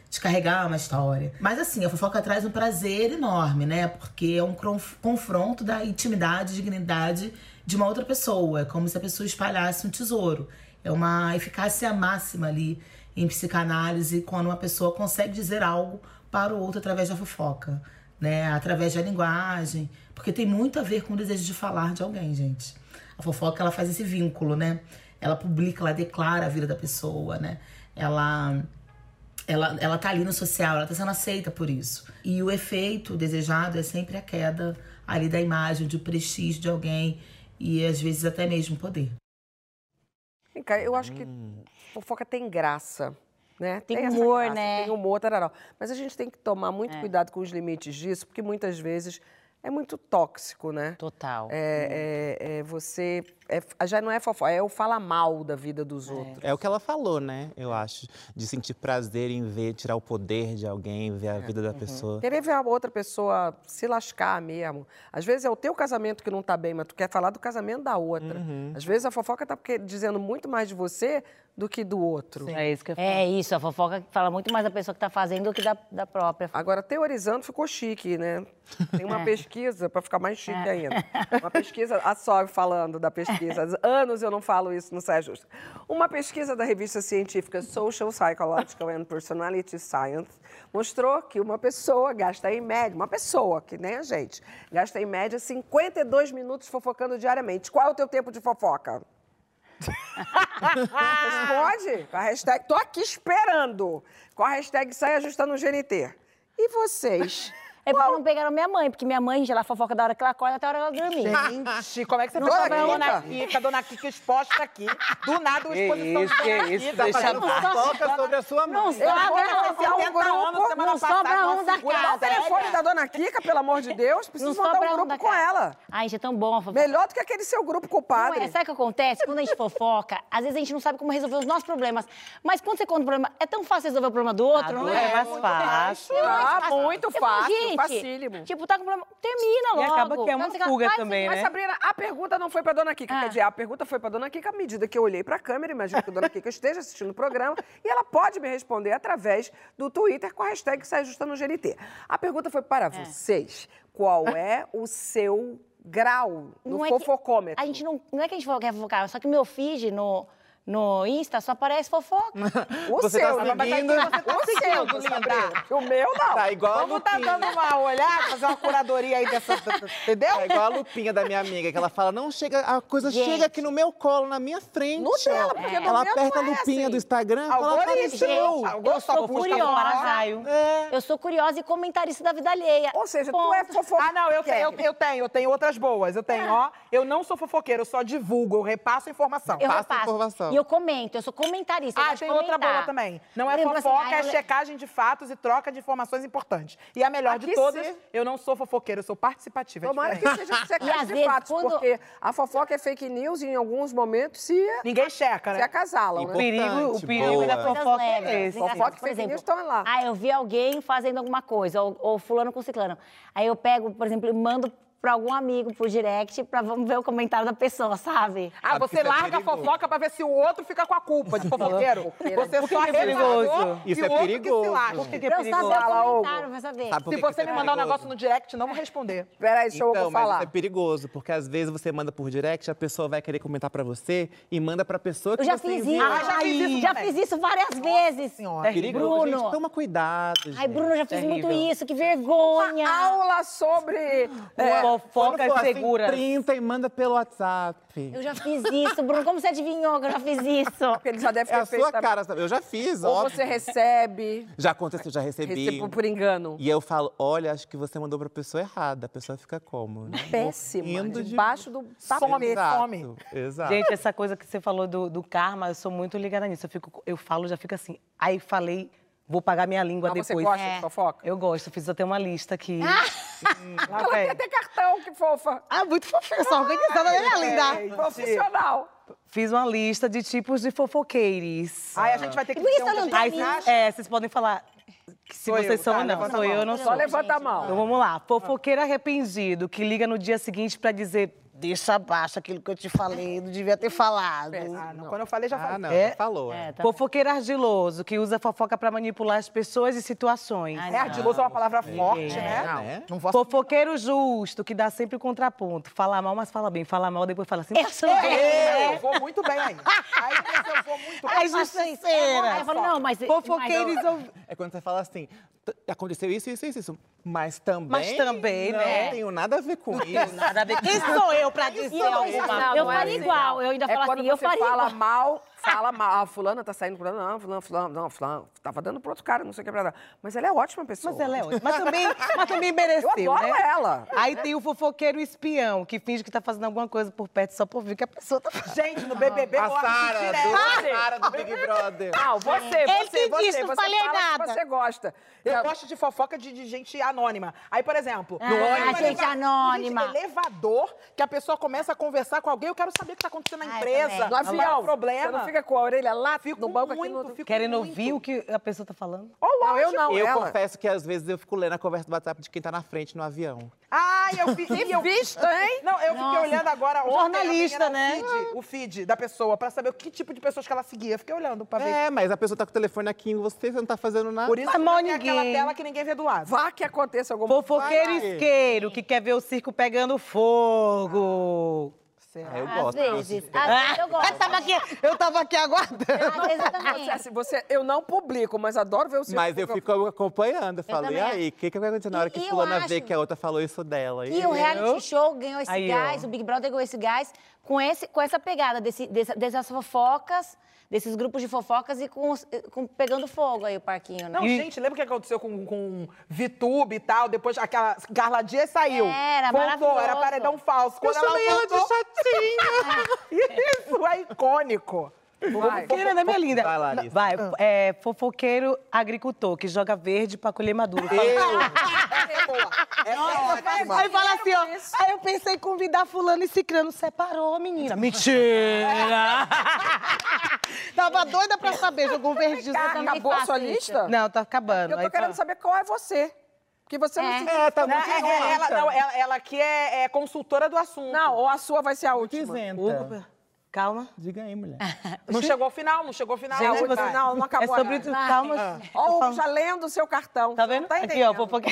Speaker 8: descarregar uma história. Mas assim, a fofoca traz um prazer enorme, né? Porque é um confronto da intimidade e dignidade de uma outra pessoa. É como se a pessoa espalhasse um tesouro. É uma eficácia máxima ali em psicanálise, quando uma pessoa consegue dizer algo para o outro através da fofoca, né? Através da linguagem. Porque tem muito a ver com o desejo de falar de alguém, gente. A fofoca, ela faz esse vínculo, né? Ela publica, ela declara a vida da pessoa, né? Ela, ela, ela tá ali no social, ela tá sendo aceita por isso. E o efeito desejado é sempre a queda ali da imagem, do prestígio de alguém e, às vezes, até mesmo poder.
Speaker 4: Vem cá, eu acho que fofoca tem graça, né?
Speaker 2: Tem,
Speaker 4: tem
Speaker 2: humor,
Speaker 4: graça,
Speaker 2: né?
Speaker 4: Tem humor, tararau. Mas a gente tem que tomar muito
Speaker 2: É.
Speaker 4: cuidado com os limites disso, porque muitas vezes é muito tóxico, né?
Speaker 2: Total.
Speaker 4: É, é, é você... É, já não é fofoca, é o falar mal da vida dos outros.
Speaker 5: É o que ela falou, né? Eu acho. De sentir prazer em ver, tirar o poder de alguém, ver a vida da pessoa.
Speaker 4: Querer ver a outra pessoa se lascar mesmo. Às vezes é o teu casamento que não tá bem, mas tu quer falar do casamento da outra. Às vezes a fofoca tá porque- dizendo muito mais de você do que do outro.
Speaker 3: É isso que eu falo.
Speaker 2: É isso, a fofoca fala muito mais da pessoa que tá fazendo do que da, da própria.
Speaker 4: Agora, teorizando ficou chique, né? Tem uma pesquisa, para ficar mais chique ainda. Uma pesquisa, a Só falando da pesquisa, há anos eu não falo isso no Saia Justa. Uma pesquisa da revista científica Social, Psychological and Personality Science mostrou que uma pessoa gasta em média, uma pessoa, que nem a gente, gasta em média cinquenta e dois minutos fofocando diariamente. Qual é o teu tempo de fofoca? Responde com a hashtag, tô aqui esperando, com a hashtag Saia Justa no G N T. E vocês?
Speaker 2: É porque não pegaram minha mãe, porque minha mãe, gente, ela fofoca da hora que ela acorda até a hora que ela dormir.
Speaker 1: Gente, como é que você
Speaker 2: Não
Speaker 1: faz
Speaker 2: sobra
Speaker 1: a
Speaker 2: um,
Speaker 1: dona
Speaker 2: né?
Speaker 1: Kika, a dona Kika exposta aqui. Do nada, uma
Speaker 3: Que
Speaker 1: exposição
Speaker 3: isso,
Speaker 1: de
Speaker 3: que
Speaker 1: dona
Speaker 3: isso,
Speaker 1: Kika.
Speaker 3: deixa
Speaker 1: fazendo
Speaker 3: a
Speaker 1: fofoca
Speaker 5: sobre a sua mãe.
Speaker 2: Não
Speaker 4: Eu vou
Speaker 2: sobra,
Speaker 4: denunciar um
Speaker 1: setenta anos,
Speaker 4: grupo.
Speaker 1: semana
Speaker 2: não
Speaker 1: passada,
Speaker 2: sobra
Speaker 1: uma
Speaker 2: um da
Speaker 1: figura
Speaker 4: Dá o
Speaker 2: casa.
Speaker 4: telefone da dona Kika, pelo amor de Deus.
Speaker 2: Não
Speaker 4: Preciso montar um
Speaker 2: sobra um
Speaker 4: grupo
Speaker 2: da
Speaker 4: com
Speaker 2: casa.
Speaker 4: ela.
Speaker 2: Ai, gente, é tão bom a fofoca.
Speaker 4: Melhor do que aquele seu grupo com o
Speaker 2: Não
Speaker 4: padre.
Speaker 2: é, sabe o que acontece? Quando a gente fofoca, às vezes a gente não sabe como resolver os nossos problemas. Mas quando você conta o problema, é tão fácil resolver o problema do outro, não
Speaker 3: Agora
Speaker 2: é?
Speaker 3: é mais fácil.
Speaker 2: Eu
Speaker 4: Ah,
Speaker 2: acho
Speaker 4: muito
Speaker 2: Eu falo,
Speaker 4: fácil,
Speaker 2: gente,
Speaker 4: facílimo.
Speaker 2: Tipo, tá com problema, termina logo.
Speaker 3: E acaba que é uma
Speaker 2: Então, você fala,
Speaker 3: fuga
Speaker 2: faz
Speaker 3: também,
Speaker 2: assim,
Speaker 4: Mas,
Speaker 3: né?
Speaker 4: Sabrina, a pergunta não foi pra dona Kika.
Speaker 2: Ah.
Speaker 4: Quer dizer, a pergunta foi pra dona Kika à medida que eu olhei pra câmera, imagino que a dona Kika esteja assistindo o programa, e ela pode me responder através do Twitter com a hashtag Saia Justa no G N T. A pergunta foi para vocês. Qual é o seu grau no
Speaker 2: Não é que-
Speaker 4: fofocômetro?
Speaker 2: A gente não, não é que a gente quer fofocar, só que meu feed no, no Insta só aparece fofoca.
Speaker 4: O
Speaker 5: Você
Speaker 4: seu,
Speaker 5: tá
Speaker 4: né? Mas
Speaker 5: seguindo?
Speaker 4: aqui você tá
Speaker 1: O seu,
Speaker 4: seguindo,
Speaker 1: linda.
Speaker 4: Sabrina. O meu, não.
Speaker 5: Tá igual a
Speaker 1: Vamos tá
Speaker 5: Lupinha.
Speaker 1: dando uma olhada, fazer uma curadoria aí dessa... Entendeu?
Speaker 5: É igual a Lupinha da minha amiga, que ela fala, não chega, a coisa
Speaker 2: Gente.
Speaker 5: chega aqui no meu colo, na minha frente.
Speaker 4: No dela, porque
Speaker 5: É.
Speaker 4: no
Speaker 5: Ela
Speaker 4: meu
Speaker 5: aperta a
Speaker 4: não é
Speaker 5: lupinha
Speaker 4: assim.
Speaker 5: do Instagram e fala,
Speaker 4: Algoritmo.
Speaker 5: apareceu.
Speaker 2: Gente,
Speaker 1: eu sou
Speaker 2: curiosa.
Speaker 3: Parasaio.
Speaker 2: Eu sou curiosa e comentarista da vida alheia.
Speaker 4: Ou seja, tu
Speaker 2: Ponto.
Speaker 4: é fofoca.
Speaker 1: Ah, não, eu tenho, eu, eu tenho, eu tenho outras boas. Eu tenho, ó, eu não sou fofoqueira, eu só divulgo, eu repasso informação.
Speaker 2: Eu
Speaker 5: Passa
Speaker 2: repasso.
Speaker 5: informação.
Speaker 2: E eu comento, eu sou comentarista. eu
Speaker 1: Ah,
Speaker 2: gosto de
Speaker 1: tem outra
Speaker 2: comentar.
Speaker 1: boa também. Não é
Speaker 2: Por exemplo, assim,
Speaker 1: fofoca,
Speaker 2: ai,
Speaker 1: é
Speaker 2: eu le-
Speaker 1: checagem de fatos e troca de informações importantes. E a melhor de
Speaker 4: Aqui
Speaker 1: todas,
Speaker 4: sim.
Speaker 1: eu não sou fofoqueira, eu sou participativa. é
Speaker 4: Tomara
Speaker 1: diferente.
Speaker 4: que seja
Speaker 2: E
Speaker 4: secreto
Speaker 2: às
Speaker 4: de
Speaker 2: vezes,
Speaker 4: fatos,
Speaker 2: quando-
Speaker 4: porque a fofoca é fake news e em alguns momentos se,
Speaker 1: Ninguém checa,
Speaker 4: se
Speaker 1: né?
Speaker 4: acasalam,
Speaker 3: O
Speaker 4: né?
Speaker 3: perigo, o
Speaker 5: Importante,
Speaker 3: perigo
Speaker 5: boa.
Speaker 3: da
Speaker 2: Coisas
Speaker 3: fofoca é
Speaker 2: leves,
Speaker 3: esse.
Speaker 2: engraçadas.
Speaker 4: Fofoca e
Speaker 2: Por
Speaker 4: fake
Speaker 2: exemplo,
Speaker 4: news estão lá.
Speaker 2: Ah, eu vi alguém fazendo alguma coisa, ou, ou fulano com ciclano. Aí eu pego, por exemplo, e mando pra algum amigo por direct pra vamos ver o comentário da pessoa, sabe?
Speaker 1: Ah,
Speaker 5: Sabe que
Speaker 1: você
Speaker 5: isso é
Speaker 1: larga a
Speaker 5: perigoso.
Speaker 1: fofoca pra ver se o outro fica com a culpa de fofoqueiro. Você só
Speaker 3: que é
Speaker 1: repassou
Speaker 3: perigoso?
Speaker 1: e
Speaker 5: Isso
Speaker 1: o
Speaker 5: é
Speaker 1: outro que se
Speaker 5: perigoso.
Speaker 1: lasca.
Speaker 3: Por que que é
Speaker 2: Pra eu saber
Speaker 3: perigoso?
Speaker 4: Fala,
Speaker 2: o
Speaker 4: Hugo.
Speaker 2: comentário, vai saber.
Speaker 5: Sabe por
Speaker 1: Se
Speaker 5: que que
Speaker 1: você
Speaker 5: isso é
Speaker 1: me mandar um
Speaker 5: perigoso?
Speaker 1: negócio no direct, não vou responder.
Speaker 4: Peraí, deixa eu
Speaker 5: Então, mas
Speaker 4: falar.
Speaker 5: isso é perigoso, porque às vezes você manda por direct, a pessoa vai querer comentar pra você e manda pra pessoa que
Speaker 2: Eu já
Speaker 5: você
Speaker 2: fiz
Speaker 5: enviou.
Speaker 2: isso.
Speaker 1: Ah, já fiz isso
Speaker 2: Já
Speaker 1: também.
Speaker 2: fiz isso várias vezes.
Speaker 1: Senhora.
Speaker 3: É
Speaker 5: Perigoso,
Speaker 2: Bruno.
Speaker 5: gente, toma cuidado, gente.
Speaker 2: Ai, Bruno, eu já fiz muito
Speaker 3: Terrível.
Speaker 2: isso, que vergonha.
Speaker 4: Aula sobre... é,
Speaker 3: Fofoca
Speaker 5: Quando for assim,
Speaker 3: segura.
Speaker 5: printa e manda pelo WhatsApp.
Speaker 2: Eu já fiz isso, Bruno. Como você adivinhou que eu já fiz isso?
Speaker 4: porque ele já deve
Speaker 5: É
Speaker 4: ter
Speaker 5: a
Speaker 4: feito...
Speaker 5: sua
Speaker 4: também.
Speaker 5: cara, sabe? Eu já fiz,
Speaker 4: Ou
Speaker 5: óbvio.
Speaker 4: você recebe,
Speaker 5: Já aconteceu, já recebi.
Speaker 4: recebe por engano.
Speaker 5: E eu falo, olha, acho que você mandou pra pessoa errada. A pessoa fica como? Né?
Speaker 4: Péssima,
Speaker 5: Morrendo de-
Speaker 4: debaixo do
Speaker 1: Some,
Speaker 4: tapete.
Speaker 5: Exato,
Speaker 1: some.
Speaker 5: Exato.
Speaker 3: Gente, essa coisa que você falou do, do karma, eu sou muito ligada nisso. Eu, fico, eu falo, já fica assim. Aí falei, vou pagar minha língua
Speaker 4: Mas você
Speaker 3: depois.
Speaker 4: gosta
Speaker 2: É.
Speaker 4: de fofoca?
Speaker 3: Eu gosto, fiz até uma lista aqui. Hum, lá
Speaker 4: Ela
Speaker 3: vem.
Speaker 4: quer ter cartão, que fofa.
Speaker 3: Ah, muito fofinha, só organizada, né, minha linda?
Speaker 4: É, profissional.
Speaker 3: Fiz uma lista de tipos de fofoqueires.
Speaker 1: Aí a gente vai ter que
Speaker 2: E por que
Speaker 1: dizer
Speaker 2: você
Speaker 1: um
Speaker 2: não
Speaker 1: que
Speaker 2: tá
Speaker 1: a
Speaker 3: Aí,
Speaker 1: gente
Speaker 2: nisso?
Speaker 1: acha.
Speaker 3: é, vocês podem falar que se
Speaker 1: Sou eu,
Speaker 3: vocês são
Speaker 1: tá,
Speaker 3: ou não.
Speaker 1: levanta
Speaker 3: Sou
Speaker 1: a
Speaker 3: eu
Speaker 1: mão.
Speaker 3: ou não
Speaker 4: Só
Speaker 3: sou.
Speaker 4: levanta a mão.
Speaker 3: Então vamos lá. Fofoqueiro arrependido, que liga no dia seguinte pra dizer deixa abaixo aquilo que eu te falei, não devia ter falado.
Speaker 1: Ah, não. Quando eu falei, já falei.
Speaker 5: Ah, não,
Speaker 3: É?
Speaker 5: já falou.
Speaker 2: É,
Speaker 5: É.
Speaker 2: tá.
Speaker 3: Fofoqueiro ardiloso, que usa fofoca pra manipular as pessoas e situações.
Speaker 2: Ai,
Speaker 1: É, ardiloso é uma palavra forte,
Speaker 5: É,
Speaker 1: né?
Speaker 5: né?
Speaker 1: Não vou
Speaker 3: Fofoqueiro justo, que dá sempre contraponto. Fala mal, mas fala bem. Fala mal, depois fala assim.
Speaker 2: Eu
Speaker 3: "Tá
Speaker 2: sou
Speaker 3: tudo
Speaker 2: bem,
Speaker 3: bem,
Speaker 1: Eu
Speaker 3: né?"
Speaker 1: vou muito bem aí. Aí mas eu vou muito bem.
Speaker 3: Ai, justiceira.
Speaker 2: Aí eu falo, não, mas...
Speaker 3: Fofoqueiro
Speaker 2: mas,
Speaker 3: isol-
Speaker 5: É quando você fala assim, "T- aconteceu isso, isso, isso, isso. Mas também.
Speaker 3: Mas também,
Speaker 5: não
Speaker 3: né?
Speaker 5: Não tenho nada a ver com isso.
Speaker 3: Nada a ver. Quem sou eu pra dizer
Speaker 2: eu,
Speaker 3: alguma
Speaker 4: não,
Speaker 2: eu
Speaker 4: não é
Speaker 2: faria
Speaker 4: assim,
Speaker 2: igual, eu ainda
Speaker 4: É
Speaker 2: falo
Speaker 4: quando
Speaker 2: assim, eu
Speaker 4: você
Speaker 2: faria
Speaker 4: fala
Speaker 2: igual.
Speaker 4: mal, fala mal. Ah, fulana tá saindo com fulano, não, fulano, fulano, não, fulano. Tava dando pro outro cara, não sei o que. Pra dar. Mas ela é ótima pessoa.
Speaker 3: Mas ela é ótima. Mas também, mas também mereceu,
Speaker 4: Eu adoro
Speaker 3: né?
Speaker 4: ela.
Speaker 3: Aí tem o fofoqueiro espião, que finge que tá fazendo alguma coisa por perto só por ver que a pessoa tá fazendo.
Speaker 1: Gente, no B B B,
Speaker 5: A
Speaker 1: eu acho
Speaker 5: Sara,
Speaker 1: direto.
Speaker 5: do, a Sara do Big Brother.
Speaker 4: Não, você,
Speaker 3: Ele
Speaker 4: você,
Speaker 3: que
Speaker 4: você,
Speaker 3: disse, não
Speaker 4: você
Speaker 3: falei
Speaker 4: fala
Speaker 3: nada.
Speaker 4: que você gosta.
Speaker 1: Eu gosto de fofoca de, de gente anônima. Aí, por exemplo,
Speaker 2: Ah,
Speaker 1: no
Speaker 2: gente
Speaker 1: eleva-
Speaker 2: anônima.
Speaker 1: Gente, elevador, que a pessoa começa a conversar com alguém, eu quero saber o que tá acontecendo na
Speaker 2: Ai,
Speaker 1: empresa.
Speaker 2: também.
Speaker 4: No avião,
Speaker 1: Qual é o
Speaker 4: você
Speaker 1: problema.
Speaker 4: não fica com a orelha lá
Speaker 1: Fico
Speaker 4: no banco aqui
Speaker 1: muito,
Speaker 4: no...
Speaker 1: fico
Speaker 3: Querendo
Speaker 1: muito.
Speaker 3: ouvir o que a pessoa tá falando?
Speaker 1: Oh,
Speaker 4: Não, eu
Speaker 1: lógico.
Speaker 4: não,
Speaker 5: Eu
Speaker 4: ela.
Speaker 5: confesso que às vezes eu fico lendo a conversa do WhatsApp de quem tá na frente no avião.
Speaker 1: Ai, eu fiz.
Speaker 4: Que
Speaker 1: eu...
Speaker 4: vista, hein?
Speaker 1: Não, eu fiquei
Speaker 2: Nossa.
Speaker 1: olhando agora ontem,
Speaker 3: Jornalista,
Speaker 1: a menina,
Speaker 3: né?
Speaker 1: O feed, o feed da pessoa, pra saber o que tipo de pessoas que ela seguia. Eu fiquei olhando pra ver.
Speaker 5: É, mas a pessoa tá com o telefone aqui em você, você não tá fazendo nada.
Speaker 1: Por isso
Speaker 3: Mas mal
Speaker 1: que tem aquela
Speaker 3: ninguém.
Speaker 1: tela que ninguém vê do lado.
Speaker 4: Vá que aconteça alguma
Speaker 3: Fofoqueiro
Speaker 5: Vai.
Speaker 3: isqueiro, que quer ver o circo pegando fogo.
Speaker 5: Ah, eu
Speaker 2: Às
Speaker 5: gosto.
Speaker 2: vezes, às vezes eu gosto.
Speaker 3: Eu tava aqui, eu tava aqui aguardando.
Speaker 2: Às vezes eu também.
Speaker 4: Você, assim, você, eu não publico, mas adoro ver o circo.
Speaker 5: Mas eu fico acompanhando. Eu falo, e
Speaker 2: também.
Speaker 5: aí, o que, que vai acontecer na hora
Speaker 2: E-
Speaker 5: que
Speaker 2: e eu
Speaker 5: fulana vê
Speaker 2: acho-
Speaker 5: que a outra falou isso dela?
Speaker 2: E o reality show ganhou esse
Speaker 3: Aí,
Speaker 2: gás,
Speaker 3: ó.
Speaker 2: o Big Brother ganhou esse gás com, esse, com essa pegada desse, dessa- dessas fofocas, desses grupos de fofocas e com, os- com pegando fogo aí o parquinho, né?
Speaker 1: Não, gente, lembra o que aconteceu com, com VTube e tal? Depois aquela Carla Dias saiu.
Speaker 2: Era
Speaker 1: voltou,
Speaker 2: maravilhoso.
Speaker 1: era paredão falso. Quando ela voltou... Isso é icônico.
Speaker 4: Vai.
Speaker 3: Fofoqueira, né, minha linda?
Speaker 5: Vai, Larissa.
Speaker 3: Vai, é, fofoqueiro agricultor, que joga verde pra colher maduro.
Speaker 1: Essa é boa. Essa é ótima.
Speaker 3: Aí fala assim, ó. Aí eu pensei em convidar fulano e cicrano. Separou, menina. Mentira! Tava doida pra saber, jogou um verdinho.
Speaker 4: Cá,
Speaker 2: também
Speaker 4: acabou a
Speaker 2: faço
Speaker 4: sua
Speaker 2: isso.
Speaker 4: lista?
Speaker 3: Não, tá acabando.
Speaker 4: Eu tô
Speaker 3: Aí
Speaker 4: querendo
Speaker 3: fala-
Speaker 4: saber qual é você. Porque você não
Speaker 2: É.
Speaker 4: se...
Speaker 5: É, tá
Speaker 1: Não,
Speaker 5: muito
Speaker 1: é- é- ela,
Speaker 5: isenta.
Speaker 1: não, ela, ela aqui é, é consultora do assunto.
Speaker 4: Não, ou a sua vai ser a última.
Speaker 5: isenta.
Speaker 3: Opa, calma.
Speaker 5: Diga aí, mulher.
Speaker 1: Não chegou ao final, não chegou ao final.
Speaker 3: Gente,
Speaker 1: Não,
Speaker 3: você-
Speaker 1: vai.
Speaker 4: Não, não
Speaker 3: É
Speaker 4: acabou
Speaker 3: sobre...
Speaker 4: ainda.
Speaker 3: Calma.
Speaker 4: Ó, já lendo o seu cartão.
Speaker 3: Tá
Speaker 4: Você
Speaker 3: vendo?
Speaker 4: não tá
Speaker 3: Aqui, ó,
Speaker 4: entendendo.
Speaker 3: fofoqueiro.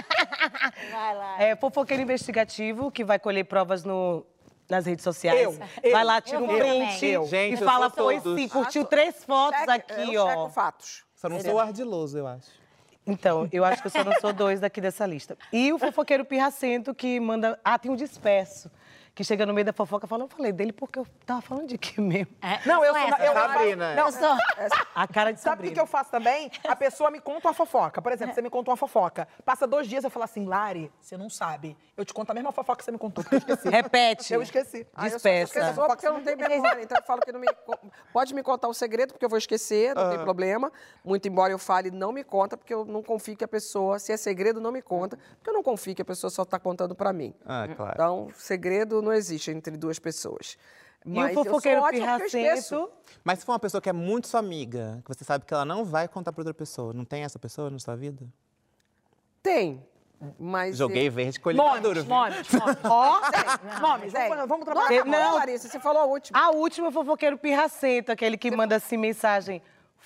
Speaker 2: Vai lá.
Speaker 3: É, fofoqueiro investigativo, que vai colher provas no, nas redes sociais.
Speaker 1: Eu, eu,
Speaker 3: vai lá, tira
Speaker 2: eu
Speaker 3: um
Speaker 2: vou
Speaker 3: print
Speaker 2: também.
Speaker 1: Eu.
Speaker 5: Gente,
Speaker 3: e
Speaker 5: eu
Speaker 3: fala,
Speaker 5: sou
Speaker 3: foi
Speaker 5: todos.
Speaker 3: sim, curtiu três fotos
Speaker 4: Cheque-
Speaker 3: aqui,
Speaker 4: eu
Speaker 3: ó.
Speaker 4: checo fatos.
Speaker 5: Só não sou ardiloso, eu acho.
Speaker 3: Então, eu acho que eu só não sou dois daqui dessa lista. E o fofoqueiro pirracento, que manda... Ah, tem um disperso. Que chega no meio da fofoca e fala, eu falei dele porque eu tava falando de quê mesmo?
Speaker 2: É,
Speaker 1: Não, eu sou...
Speaker 2: essa.
Speaker 1: Eu, eu,
Speaker 5: Sabrina.
Speaker 1: não,
Speaker 2: Eu sou.
Speaker 3: A cara de
Speaker 1: Sabe o que,
Speaker 3: Sabrina.
Speaker 1: que eu faço também? A pessoa me conta uma fofoca. Por exemplo, você me conta uma fofoca. Passa dois dias, eu falo assim, Lari, você não sabe. Eu te conto a mesma fofoca que você me contou, porque eu esqueci.
Speaker 3: Repete.
Speaker 1: Eu esqueci.
Speaker 4: Ah, eu só
Speaker 3: Dispersa.
Speaker 4: esqueço só porque eu não tenho memória. Então eu falo que não me... Pode me contar o segredo, porque eu vou esquecer, não tem problema. Muito embora eu fale, não me conta, porque eu não confio que a pessoa... Se é segredo, não me conta, porque eu não confio que a pessoa só está contando para mim.
Speaker 5: Ah, claro.
Speaker 4: Então, segredo não existe entre duas pessoas.
Speaker 3: E
Speaker 4: Mas
Speaker 3: o fofoqueiro
Speaker 4: eu sou ótima porque eu esqueço.
Speaker 3: pirracento...
Speaker 5: Mas se for uma pessoa que é muito sua amiga, que você sabe que ela não vai contar pra outra pessoa, não tem essa pessoa na sua vida?
Speaker 4: Tem, mas...
Speaker 5: Joguei verde, colhi
Speaker 1: Nomes,
Speaker 5: maduro.
Speaker 1: nomes, nomes.
Speaker 3: Ó,
Speaker 1: Nomes,
Speaker 4: Tem.
Speaker 1: vamos, vamos
Speaker 4: Não,
Speaker 1: trabalhar.
Speaker 4: acabou,
Speaker 3: Não.
Speaker 4: Larissa, você falou a última.
Speaker 3: a última é o fofoqueiro pirracento, aquele que manda assim mensagem.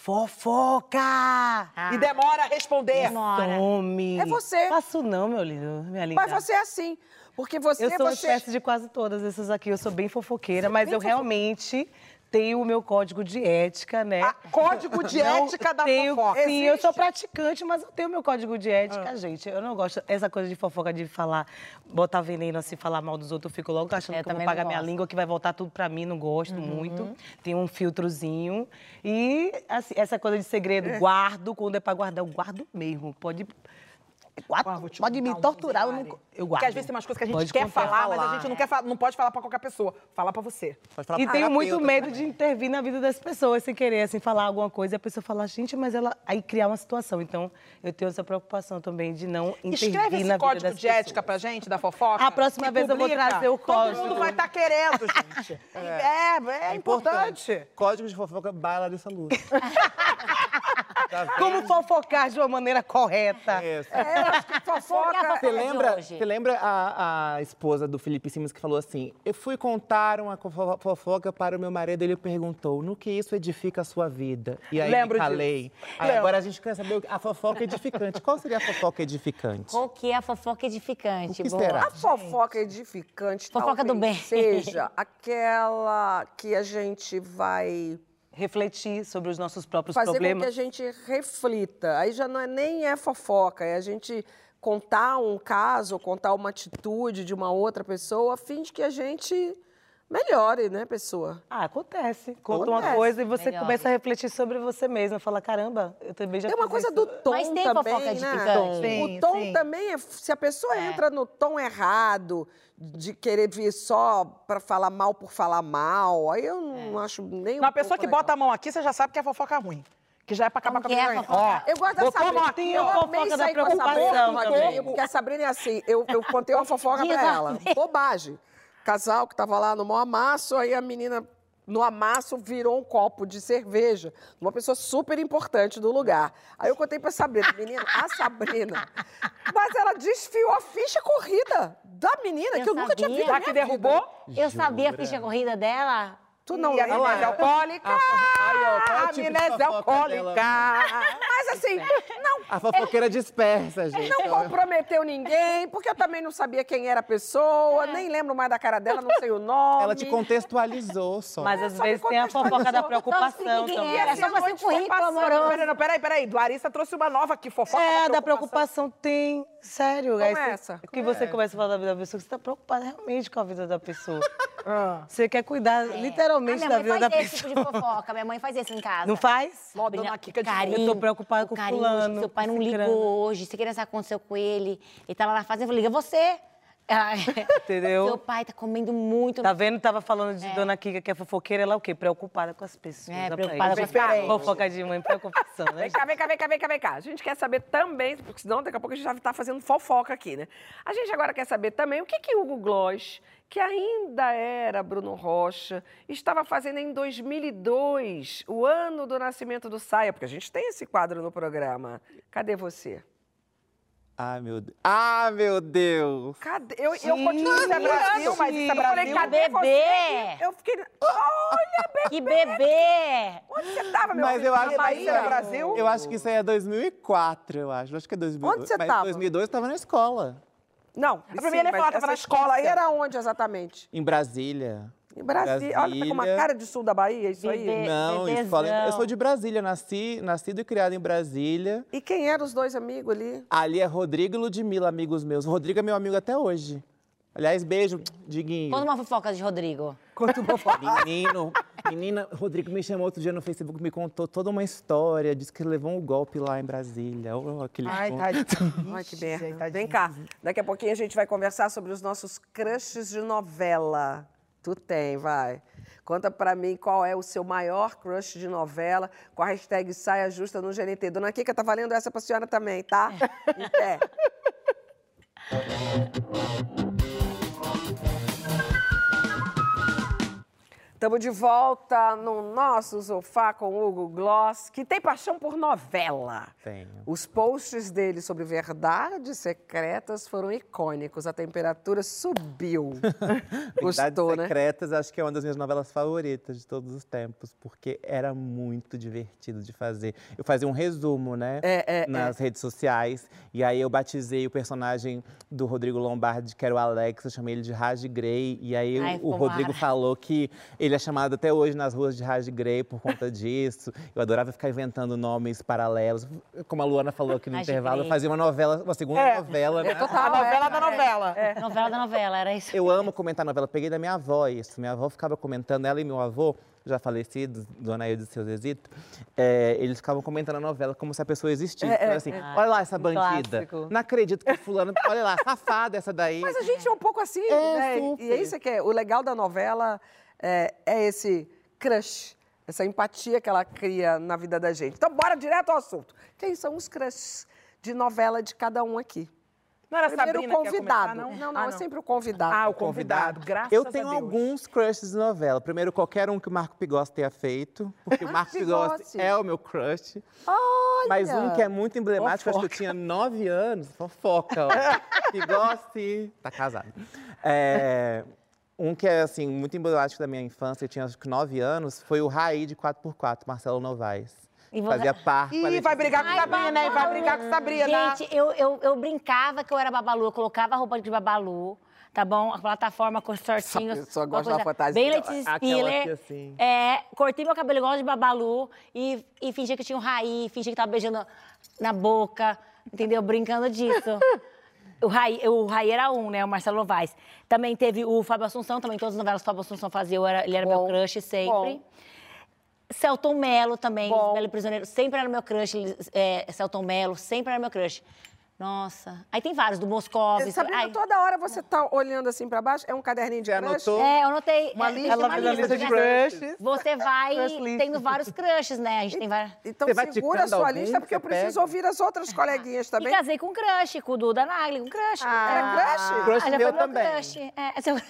Speaker 3: Fofoca!
Speaker 1: E demora a responder.
Speaker 2: Demora.
Speaker 3: Some!
Speaker 4: É você.
Speaker 3: Faço não, meu lindo, minha linda.
Speaker 4: Mas você é assim, porque você...
Speaker 3: Eu sou uma
Speaker 4: você...
Speaker 3: espécie de quase todas essas aqui. Eu sou bem fofoqueira, mas
Speaker 4: bem
Speaker 3: eu
Speaker 4: fofo-
Speaker 3: realmente tenho o meu código de ética, né?
Speaker 1: A código de
Speaker 3: Não
Speaker 1: ética da
Speaker 3: tenho,
Speaker 1: fofoca.
Speaker 3: Sim, eu sou
Speaker 1: Existe?
Speaker 3: praticante, mas eu tenho meu código de ética, gente. Eu não gosto essa coisa de fofoca, de falar, botar veneno assim, falar mal dos outros. Eu fico logo achando
Speaker 2: Eu
Speaker 3: que eu vou
Speaker 2: também
Speaker 3: pagar
Speaker 2: não
Speaker 3: minha
Speaker 2: gosto.
Speaker 3: língua, que vai voltar tudo pra mim. Não gosto muito. Tem um filtrozinho. E assim, essa coisa de segredo, guardo. Quando é pra guardar, eu guardo mesmo. Pode... Guardo,
Speaker 1: Ah, vou te
Speaker 3: pode me
Speaker 1: contar um,
Speaker 3: torturar, eu,
Speaker 1: Zilari.
Speaker 3: não, eu guardo.
Speaker 1: Porque às vezes tem umas coisas que a gente
Speaker 3: Pode
Speaker 1: quer
Speaker 3: contar.
Speaker 1: falar, mas a
Speaker 3: Falar.
Speaker 1: gente não, quer fa- não pode falar pra qualquer pessoa. Falar pra você.
Speaker 5: Pode falar
Speaker 3: E
Speaker 5: pro
Speaker 3: tenho muito
Speaker 5: terapeuta
Speaker 3: medo
Speaker 5: também.
Speaker 3: de intervir na vida das pessoas, sem querer, assim, falar alguma coisa e a pessoa falar, gente, mas ela... Aí criar uma situação. Então, eu tenho essa preocupação também de não intervir
Speaker 1: Escreve
Speaker 3: na
Speaker 1: esse
Speaker 3: vida
Speaker 1: código
Speaker 3: das
Speaker 1: de ética
Speaker 3: pessoas.
Speaker 1: pra gente, da fofoca.
Speaker 3: A próxima
Speaker 1: que
Speaker 3: vez eu vou
Speaker 1: publica.
Speaker 3: trazer o código.
Speaker 1: Todo mundo vai estar querendo, gente. É, é, importante.
Speaker 5: Código de fofoca, bala dessa luz.
Speaker 3: Como fofocar de uma maneira correta.
Speaker 5: Isso.
Speaker 4: É, eu acho que fofoca...
Speaker 5: Você lembra,
Speaker 2: hoje?
Speaker 5: você lembra a, a esposa do Felipe Simas que falou assim: eu fui contar uma fofo- fofoca para o meu marido, ele perguntou, no que isso edifica a sua vida? E aí
Speaker 1: Lembro
Speaker 5: me calei. Aí
Speaker 1: Lembro.
Speaker 5: agora a gente quer saber o que- a fofoca edificante. Qual seria a fofoca edificante?
Speaker 2: Qual que é a fofoca edificante?
Speaker 5: O que
Speaker 2: Boa.
Speaker 5: será?
Speaker 4: A fofoca edificante
Speaker 2: Fofoca do
Speaker 4: talvez
Speaker 2: bem.
Speaker 4: seja aquela que a gente vai
Speaker 3: Refletir sobre os nossos próprios
Speaker 4: fazer
Speaker 3: problemas.
Speaker 4: com que a gente reflita. Aí já não é, nem é fofoca, é a gente contar um caso, contar uma atitude de uma outra pessoa a fim de que a gente melhore, né, pessoa?
Speaker 3: Ah, acontece. Conta
Speaker 4: Acontece.
Speaker 3: uma coisa e você
Speaker 2: Melhor.
Speaker 3: começa a refletir sobre você mesma. Fala, caramba, eu também já
Speaker 4: É uma
Speaker 3: fiz
Speaker 4: coisa
Speaker 3: isso.
Speaker 4: do tom
Speaker 2: Mas tem
Speaker 4: também,
Speaker 2: fofoca
Speaker 4: né?
Speaker 2: edificante?
Speaker 1: Sim,
Speaker 4: o tom
Speaker 1: sim.
Speaker 4: também é... Se a pessoa
Speaker 2: É.
Speaker 4: entra no tom errado, de querer vir só para falar mal por falar mal, aí eu não acho nem um
Speaker 1: Uma pessoa
Speaker 4: pouco
Speaker 1: que
Speaker 4: legal.
Speaker 1: bota a mão aqui, você já sabe que é fofoca ruim. Que já é pra acabar
Speaker 2: Como
Speaker 1: com a
Speaker 2: que é
Speaker 1: vida.
Speaker 2: a fofoca?
Speaker 4: Eu gosto da
Speaker 1: Botou a mão
Speaker 4: Sabrina.
Speaker 1: aqui,
Speaker 4: Eu
Speaker 1: ó.
Speaker 4: amei
Speaker 3: Fofoca da
Speaker 4: sair com a Sabrina
Speaker 3: preocupação
Speaker 4: aqui,
Speaker 3: também.
Speaker 4: porque a Sabrina é assim, eu, eu contei uma fofoca
Speaker 2: Diga.
Speaker 4: pra ela. Bobagem. Casal que tava lá no maior amasso, aí a menina, no amasso, virou um copo de cerveja. Uma pessoa super importante do lugar. Aí eu contei pra Sabrina, menina, a Sabrina. Mas ela desfiou a ficha corrida da menina,
Speaker 2: Eu
Speaker 4: que eu nunca tinha
Speaker 2: sabia.
Speaker 4: visto na
Speaker 1: Já
Speaker 4: minha
Speaker 1: que derrubou,
Speaker 2: Eu sabia a ficha corrida dela.
Speaker 4: Tu não
Speaker 1: e a
Speaker 4: lembra?
Speaker 1: menina é alcoólica.
Speaker 5: Aí, ó, qual é o
Speaker 1: A
Speaker 5: tipo de
Speaker 1: menina é
Speaker 5: fofoca
Speaker 1: alcoólica.
Speaker 4: Mas assim, não
Speaker 5: A fofoqueira dispersa, gente.
Speaker 4: Não comprometeu ninguém, porque eu também não sabia quem era a pessoa, nem lembro mais da cara dela, não sei o nome.
Speaker 5: Ela te contextualizou só.
Speaker 3: Mas às
Speaker 4: só me
Speaker 3: vezes tem a fofoca da preocupação
Speaker 2: Só explique quem
Speaker 3: também.
Speaker 2: é, é só pra ser um currículo amoroso.
Speaker 1: Peraí, não, peraí, peraí. Larissa trouxe uma nova aqui, fofoca
Speaker 3: É, a
Speaker 1: da
Speaker 3: da preocupação tem. Sério.
Speaker 4: Como
Speaker 3: aí
Speaker 4: é
Speaker 3: você-
Speaker 4: essa?
Speaker 3: Que você começa a falar da vida da pessoa, que você tá preocupada realmente com a vida da pessoa.
Speaker 1: Ah.
Speaker 3: Você quer cuidar
Speaker 2: É.
Speaker 3: literalmente
Speaker 2: a
Speaker 3: da
Speaker 2: minha
Speaker 3: vida
Speaker 2: mãe
Speaker 3: da
Speaker 2: faz esse
Speaker 3: pessoa.
Speaker 2: tipo de fofoca. Minha mãe faz isso em casa.
Speaker 3: Não faz?
Speaker 1: Ó, dona Kika de
Speaker 2: carinho,
Speaker 3: Eu tô preocupada
Speaker 2: o
Speaker 3: com
Speaker 2: carinho,
Speaker 3: fulano,
Speaker 2: Seu pai não
Speaker 3: com
Speaker 2: ligou
Speaker 3: cicrano.
Speaker 2: hoje, você queria saber o que aconteceu com ele. Ele tá lá na fazenda, eu falei, liga você. Ela-
Speaker 3: Entendeu?
Speaker 2: Seu pai tá comendo muito.
Speaker 3: Tá vendo? Tava falando de Dona Kika, que é fofoqueira, ela é o quê? Preocupada com as pessoas.
Speaker 2: É,
Speaker 3: Olha
Speaker 2: preocupada
Speaker 3: pra
Speaker 2: com
Speaker 3: isso.
Speaker 2: as pessoas.
Speaker 3: Fofoca de mãe, preocupação, né?
Speaker 4: Vem cá, vem cá, vem cá, vem cá, vem cá. A gente quer saber também, porque senão daqui a pouco a gente já tá fazendo fofoca aqui, né? A gente agora quer saber também o que que o Hugo Gloss, que ainda era Bruno Rocha, estava fazendo em dois mil e dois, o ano do nascimento do Saia, porque a gente tem esse quadro no programa. Cadê você?
Speaker 5: Ah, meu Deus. Ah, meu Deus.
Speaker 4: Cadê? Eu, eu continuo
Speaker 1: Isso é Brasil, mas isso é
Speaker 4: Eu falei,
Speaker 1: Brasil.
Speaker 4: cadê
Speaker 2: Bebê.
Speaker 4: você? Eu fiquei... Olha, bebê!
Speaker 2: Que bebê!
Speaker 4: Onde você tava, meu
Speaker 5: Mas
Speaker 4: filho?
Speaker 5: eu acho
Speaker 4: Na
Speaker 5: que
Speaker 4: Bahia?
Speaker 5: isso é
Speaker 1: Brasil?
Speaker 5: Eu acho que isso aí é dois mil e quatro, eu acho. Eu acho que é dois mil e dois.
Speaker 4: Onde você
Speaker 5: mas
Speaker 4: tava?
Speaker 5: dois mil e dois eu tava na escola.
Speaker 4: Não,
Speaker 1: pra mim ele ia
Speaker 4: mas
Speaker 1: falar que tava na
Speaker 4: essa escola aí
Speaker 1: Escócia.
Speaker 4: era onde exatamente?
Speaker 5: Em Brasília.
Speaker 4: Em Brasília. Olha, tá com uma
Speaker 5: Brasília.
Speaker 4: cara de sul da Bahia, isso aí.
Speaker 2: Bebê.
Speaker 5: Não,
Speaker 2: bebezão.
Speaker 5: escola. Eu sou de Brasília, nasci, nascido e criado em Brasília.
Speaker 4: E quem eram os dois amigos ali?
Speaker 5: Ali é Rodrigo e Ludmilla, amigos meus. O Rodrigo é meu amigo até hoje. Aliás, beijo, Diguinho.
Speaker 2: Conta uma fofoca de Rodrigo.
Speaker 5: Menino, menina, Rodrigo me chamou outro dia no Facebook, me contou toda uma história, disse que levou um golpe lá em Brasília. Oh, aquele
Speaker 1: Ai,
Speaker 5: conto.
Speaker 1: tadinho.
Speaker 4: Ai, que merda.
Speaker 1: Tadinho.
Speaker 4: Vem cá. Daqui a pouquinho a gente vai conversar sobre os nossos crushes de novela. Tu tem, vai. Conta pra mim qual é o seu maior crush de novela, com a hashtag Saia Justa no G N T. Dona Kika, tá valendo essa pra senhora também, tá? Em pé. Estamos de volta no nosso sofá com o Hugo Gloss, que tem paixão por novela.
Speaker 5: Tenho.
Speaker 4: Os posts dele sobre verdades secretas foram icônicos. A temperatura subiu. Gostou,
Speaker 5: Verdades
Speaker 4: né?
Speaker 5: Secretas, acho que é uma das minhas novelas favoritas de todos os tempos, porque era muito divertido de fazer. Eu fazia um resumo, né,
Speaker 4: É, é,
Speaker 5: nas redes sociais, e aí eu batizei o personagem do Rodrigo Lombardi, que era o Alex, eu chamei ele de Raj Grey, e aí
Speaker 2: Ai,
Speaker 5: o
Speaker 2: ficou
Speaker 5: Rodrigo
Speaker 2: mara.
Speaker 5: falou que ele é chamado até hoje nas ruas de Raj Grey por conta disso. Eu adorava ficar inventando nomes paralelos. Como a Luana falou aqui no
Speaker 2: Raj
Speaker 5: intervalo, eu
Speaker 2: Grey.
Speaker 5: fazia uma novela, uma segunda
Speaker 1: É.
Speaker 5: novela, né?
Speaker 1: A novela da novela.
Speaker 2: Novela da novela, era isso.
Speaker 5: Eu amo comentar novela. Peguei da minha avó isso. Minha avó ficava comentando, ela e meu avô, já falecidos, Dona Ilde e seu Zezito, é, eles ficavam comentando a novela como se a pessoa existisse. Então, assim, olha lá essa bandida.
Speaker 3: clássico.
Speaker 5: Não acredito que fulano... Olha lá, safada essa daí.
Speaker 4: Mas a gente é um pouco assim,
Speaker 5: É,
Speaker 4: né?
Speaker 5: super.
Speaker 4: E é isso que é. O legal da novela é, é esse crush, essa empatia que ela cria na vida da gente. Então, bora direto ao assunto. Quem são os crushes de novela de cada um aqui?
Speaker 1: Não era
Speaker 4: Primeiro
Speaker 1: Sabrina
Speaker 4: o
Speaker 1: que ia começar,
Speaker 4: convidado.
Speaker 1: não?
Speaker 4: Não, não,
Speaker 1: Ah,
Speaker 4: é sempre o convidado.
Speaker 1: Ah, o convidado, graças
Speaker 5: Eu
Speaker 1: a
Speaker 5: tenho
Speaker 1: Deus.
Speaker 5: alguns crushes de novela. Primeiro, qualquer um que o Marco Pigossi tenha feito, porque o Marco Pigossi
Speaker 4: Pigossi.
Speaker 5: é o meu crush.
Speaker 4: Olha!
Speaker 5: Mas um que é muito emblemático, acho que eu
Speaker 4: Fofoca.
Speaker 5: tinha nove anos, fofoca, ó. Pigossi, tá casado. É, um que é, assim, muito emblemático da minha infância, eu tinha acho que nove anos, foi o Raí de quatro por quatro, Marcelo Novaes.
Speaker 2: E você-
Speaker 5: Fazia par. com a
Speaker 1: Ih,
Speaker 5: Letícia.
Speaker 1: vai brigar com
Speaker 2: Ai,
Speaker 1: Sabrina, hein? Vai
Speaker 2: Babalu.
Speaker 1: brigar com Sabrina.
Speaker 2: Gente, eu, eu, eu brincava que eu era Babalu, eu colocava a roupa de Babalu, tá bom? A plataforma com os shortinhos.
Speaker 4: Essa pessoa
Speaker 2: uma
Speaker 4: gosta da
Speaker 2: coisa
Speaker 4: fantasia.
Speaker 2: Bem Letícia
Speaker 5: Aquela
Speaker 2: Spiller.
Speaker 5: que, assim-
Speaker 2: É, cortei meu cabelo igual de Babalu e, e fingia que tinha um Raí, fingia que tava beijando na boca, entendeu? Brincando disso. O Raí, o Raí era um, né? O Marcelo Novaes. Também teve o Fábio Assunção, também todas as novelas que o Fábio Assunção fazia, eu era, ele era
Speaker 4: Bom,
Speaker 2: meu crush sempre.
Speaker 4: bom.
Speaker 2: Celton Mello também,
Speaker 4: Bom.
Speaker 2: Belo Prisioneiro, sempre era meu crush. É, Celton Mello, sempre era meu crush. Nossa. Aí tem vários, do Moscovitz.
Speaker 4: Sabrina,
Speaker 2: Ai.
Speaker 4: toda hora você tá olhando assim pra baixo, é um caderninho de
Speaker 5: Já
Speaker 4: crush?
Speaker 5: anotou?
Speaker 2: É, eu anotei.
Speaker 1: Uma
Speaker 2: é,
Speaker 1: lista,
Speaker 2: tem
Speaker 1: uma lista de
Speaker 3: crushes.
Speaker 2: Você vai
Speaker 3: Crush list.
Speaker 2: tendo vários crushes, né? A gente tem vários.
Speaker 4: Então
Speaker 5: Você vai
Speaker 4: segura a
Speaker 5: ticando
Speaker 4: sua
Speaker 5: algum
Speaker 4: lista, porque
Speaker 5: que
Speaker 4: eu preciso
Speaker 5: pega?
Speaker 4: ouvir as outras coleguinhas
Speaker 2: E
Speaker 4: também.
Speaker 2: casei com um crush, com o Duda Nagli, um crush.
Speaker 4: Era crush?
Speaker 5: Crush
Speaker 2: Ah, já
Speaker 5: meu
Speaker 2: foi meu
Speaker 5: também.
Speaker 2: crush. É, seu...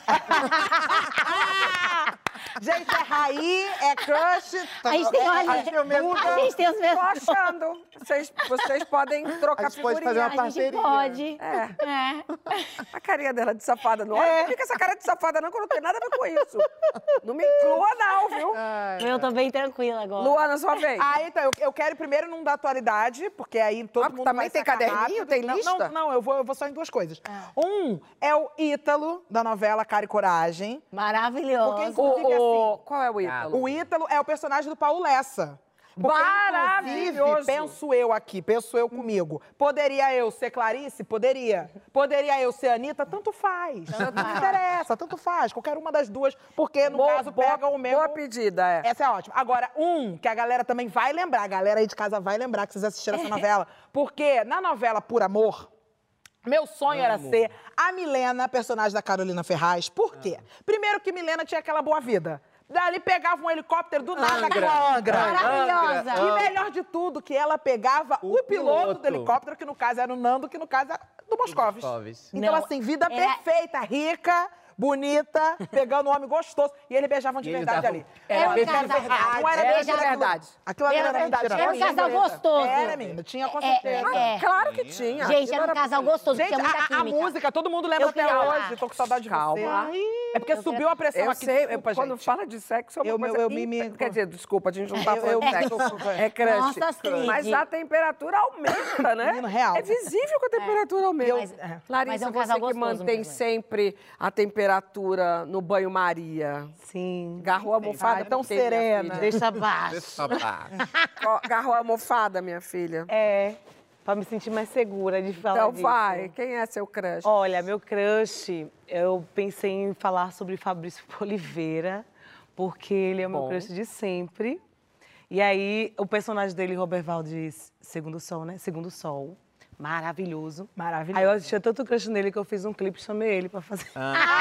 Speaker 1: Gente, é Raí, é crush.
Speaker 2: A gente tem, olha,
Speaker 1: A gente tem o mesmo-
Speaker 2: a gente tem os
Speaker 4: Tô
Speaker 2: mesmos.
Speaker 4: achando. Vocês, vocês podem trocar
Speaker 5: A gente pode fazer
Speaker 4: figurinha.
Speaker 5: uma
Speaker 2: A gente
Speaker 5: parceria.
Speaker 2: pode.
Speaker 4: É.
Speaker 2: É.
Speaker 4: A carinha dela de safada. Não olha, não fica essa cara de safada não, que eu não tenho nada a ver com isso. Não me inclua não, viu?
Speaker 2: Eu tô bem tranquila agora.
Speaker 4: Luana, sua vez.
Speaker 1: Ah, então, eu, eu quero primeiro num da atualidade, porque aí todo
Speaker 4: Ah,
Speaker 1: mundo
Speaker 4: também
Speaker 1: vai
Speaker 4: tem
Speaker 1: sacar
Speaker 4: caderninho?
Speaker 1: rápido.
Speaker 4: Tem
Speaker 1: Não,
Speaker 4: lista?
Speaker 1: Não, não, eu vou, eu vou só em duas coisas. Um é o Ítalo, da novela Cara e Coragem.
Speaker 2: Maravilhoso.
Speaker 1: Porque,
Speaker 4: O,
Speaker 1: inclusive,
Speaker 4: o-
Speaker 1: assim,
Speaker 4: qual é o Ítalo?
Speaker 1: o Ítalo é o personagem do Paulo Lessa. Porque,
Speaker 4: Maravilhoso!
Speaker 1: inclusive, penso eu aqui, penso eu comigo. Poderia eu ser Clarice? Poderia. Poderia eu ser Anitta? Tanto faz. Não interessa, tanto faz. Qualquer uma das duas, porque, no
Speaker 4: Boa-
Speaker 1: caso,
Speaker 4: boa-
Speaker 1: pega o mesmo...
Speaker 4: Boa pedida, é.
Speaker 1: Essa é ótima. Agora, um que a galera também vai lembrar, a galera aí de casa vai lembrar que vocês assistiram essa novela, porque na novela Por Amor, meu sonho era ser a Milena, personagem da Carolina Ferraz. Por quê? Primeiro que Milena tinha aquela boa vida. Dali pegava um helicóptero do nada com a Angra.
Speaker 2: Maravilhosa.
Speaker 1: E melhor de tudo, que ela pegava o,
Speaker 5: O
Speaker 1: piloto,
Speaker 5: piloto.
Speaker 1: do helicóptero, que no caso era o Nando, que no caso era do Moscovitz.
Speaker 5: Moscovitz.
Speaker 1: Então,
Speaker 2: Não,
Speaker 1: assim, vida
Speaker 2: era-
Speaker 1: perfeita, rica, bonita, pegando um homem gostoso. E eles beijavam de
Speaker 5: E eles
Speaker 1: verdade
Speaker 5: davam-
Speaker 1: ali.
Speaker 2: Era um
Speaker 1: beijo de
Speaker 2: casal-
Speaker 1: verdade. Não era
Speaker 4: Era
Speaker 1: beijo
Speaker 4: de
Speaker 1: daquilo-
Speaker 4: verdade.
Speaker 1: Aquilo ali
Speaker 2: Era
Speaker 1: era verdade.
Speaker 2: verdade. Era um casal
Speaker 1: bonita.
Speaker 2: gostoso.
Speaker 1: Era, menina. Tinha com
Speaker 2: É,
Speaker 1: certeza.
Speaker 2: é, é.
Speaker 4: Claro que tinha.
Speaker 2: Gente,
Speaker 4: Aquilo
Speaker 2: era um casal gostoso,
Speaker 1: Gente,
Speaker 2: tinha muita
Speaker 1: a, a
Speaker 2: química.
Speaker 1: música, todo mundo lembra
Speaker 2: Eu
Speaker 1: até
Speaker 2: queria
Speaker 1: hoje.
Speaker 2: lá.
Speaker 1: Tô com saudade de
Speaker 4: Calma.
Speaker 1: você.
Speaker 4: Ai,
Speaker 1: É porque subiu a pressão
Speaker 4: Eu
Speaker 1: aqui.
Speaker 4: sei,
Speaker 1: Desculpa,
Speaker 4: quando
Speaker 1: gente.
Speaker 4: fala de sexo é uma
Speaker 1: Eu-
Speaker 4: coisa...
Speaker 1: eu- eu me- me-
Speaker 4: Quer dizer, desculpa, a gente não tá
Speaker 1: Eu-
Speaker 4: falando
Speaker 1: eu-
Speaker 4: de sexo.
Speaker 1: desculpa.
Speaker 4: É crush.
Speaker 2: Nossa, Astrid.
Speaker 4: Mas a temperatura aumenta, né?
Speaker 1: Menino, real.
Speaker 4: É visível que a temperatura aumenta.
Speaker 2: Mas-
Speaker 1: é.
Speaker 4: Larissa,
Speaker 2: mas é um
Speaker 4: você
Speaker 2: casal
Speaker 4: que
Speaker 2: gostoso
Speaker 4: mantém
Speaker 2: mesmo.
Speaker 4: sempre a temperatura no banho-maria.
Speaker 3: Sim.
Speaker 4: Garrou a almofada
Speaker 1: Ai, tão
Speaker 4: por quê, minha
Speaker 1: serena.
Speaker 4: filha?
Speaker 3: Deixa abaixo.
Speaker 5: Deixa abaixo.
Speaker 4: Ó, Garrou a almofada, minha filha.
Speaker 3: É, pra me sentir mais segura de falar
Speaker 4: Então
Speaker 3: disso.
Speaker 4: vai, quem é seu crush?
Speaker 3: Olha, meu crush, eu pensei em falar sobre Fabrício Oliveira, porque ele é o meu
Speaker 4: Bom.
Speaker 3: crush de sempre. E aí, o personagem dele, Robert Valdes, Segundo Sol, né? Segundo Sol. Maravilhoso.
Speaker 1: Maravilhoso.
Speaker 3: Aí eu tinha tanto crush nele que eu fiz um clipe e chamei ele pra fazer.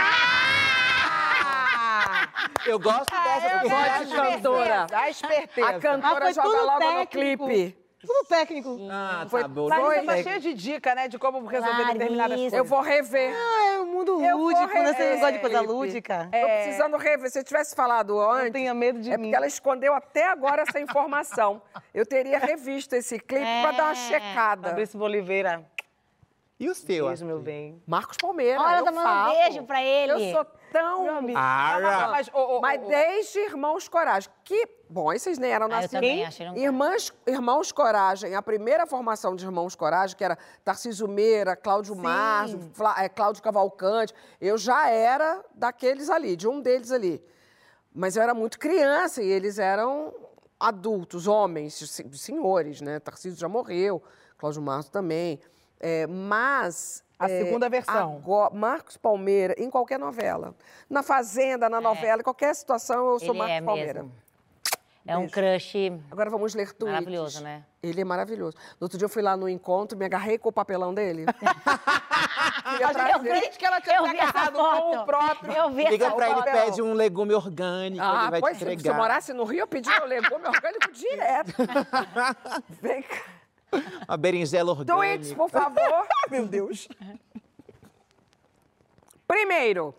Speaker 5: Eu gosto dessa,
Speaker 1: eu
Speaker 5: porque
Speaker 1: gosto
Speaker 4: Pode,
Speaker 1: de esperteza,
Speaker 4: cantora.
Speaker 1: A esperteza.
Speaker 4: A cantora
Speaker 3: Ah, foi
Speaker 4: joga
Speaker 3: tudo
Speaker 4: logo no
Speaker 3: técnico.
Speaker 4: clipe.
Speaker 3: Tudo técnico.
Speaker 5: Ah,
Speaker 4: Foi-
Speaker 5: tá bom.
Speaker 1: Larissa
Speaker 4: Foi.
Speaker 1: tá cheia de dica, né? De como resolver
Speaker 2: Larissa.
Speaker 1: determinadas coisas.
Speaker 4: Eu vou rever.
Speaker 3: Ah, é o mundo
Speaker 4: Eu vou
Speaker 3: lúdico, né? Você não
Speaker 4: rever
Speaker 3: gosta de coisa
Speaker 4: clipe.
Speaker 3: lúdica?
Speaker 4: Tô precisando rever. Se eu tivesse falado antes,
Speaker 3: Não tenha medo de
Speaker 4: é
Speaker 3: mim.
Speaker 4: porque ela escondeu até agora essa informação. Eu teria revisto esse clipe pra dar uma checada.
Speaker 3: Fabrício Oliveira,
Speaker 5: E o seu?
Speaker 3: beijo, meu
Speaker 5: Astrid?
Speaker 3: bem.
Speaker 4: Marcos Palmeira,
Speaker 2: Olha,
Speaker 4: eu
Speaker 2: tá mandando
Speaker 4: falo.
Speaker 2: um beijo pra ele.
Speaker 4: Eu sou tão...
Speaker 5: Ara.
Speaker 1: Mas, ô, ô,
Speaker 4: Mas
Speaker 1: ô, ô,
Speaker 4: desde Irmãos Coragem, que... Bom, aí vocês nem eram
Speaker 2: Ah, eu
Speaker 4: nascidos.
Speaker 2: também achei um...
Speaker 4: Irmãs, Irmãos Coragem, a primeira formação de Irmãos Coragem, que era Tarcísio Meira, Cláudio Marzo, Flá- é, Cláudio Cavalcante, eu já era daqueles ali, de um deles ali. Mas eu era muito criança e eles eram adultos, homens, se- senhores, né? Tarcísio já morreu, Cláudio Marzo também. É, mas...
Speaker 1: A
Speaker 4: é,
Speaker 1: segunda versão.
Speaker 4: agora- Marcos Palmeira, em qualquer novela. Na Fazenda, na novela, em qualquer situação, eu sou
Speaker 2: Ele
Speaker 4: Marcos
Speaker 2: é
Speaker 4: Palmeira.
Speaker 2: mesmo. É um crush
Speaker 4: Agora vamos ler tweets.
Speaker 2: maravilhoso, né?
Speaker 4: Ele é maravilhoso. No outro dia eu fui lá no encontro, me agarrei com o papelão dele. Queria
Speaker 1: Eu
Speaker 4: trazer.
Speaker 1: crente que ela tinha
Speaker 2: Eu vi essa
Speaker 1: agarrado com
Speaker 2: foto.
Speaker 1: o próprio.
Speaker 2: Eu vi
Speaker 5: Liga
Speaker 2: essa
Speaker 5: pra ele,
Speaker 2: foto.
Speaker 5: pede um legume orgânico,
Speaker 4: Ah,
Speaker 5: ele vai
Speaker 4: pois
Speaker 5: te
Speaker 4: se eu
Speaker 5: entregar.
Speaker 4: morasse no Rio, eu pedia o legume orgânico direto. Vem cá.
Speaker 5: Uma berinjela orgânica.
Speaker 4: Tweets, por favor.
Speaker 1: Meu Deus.
Speaker 4: Primeiro,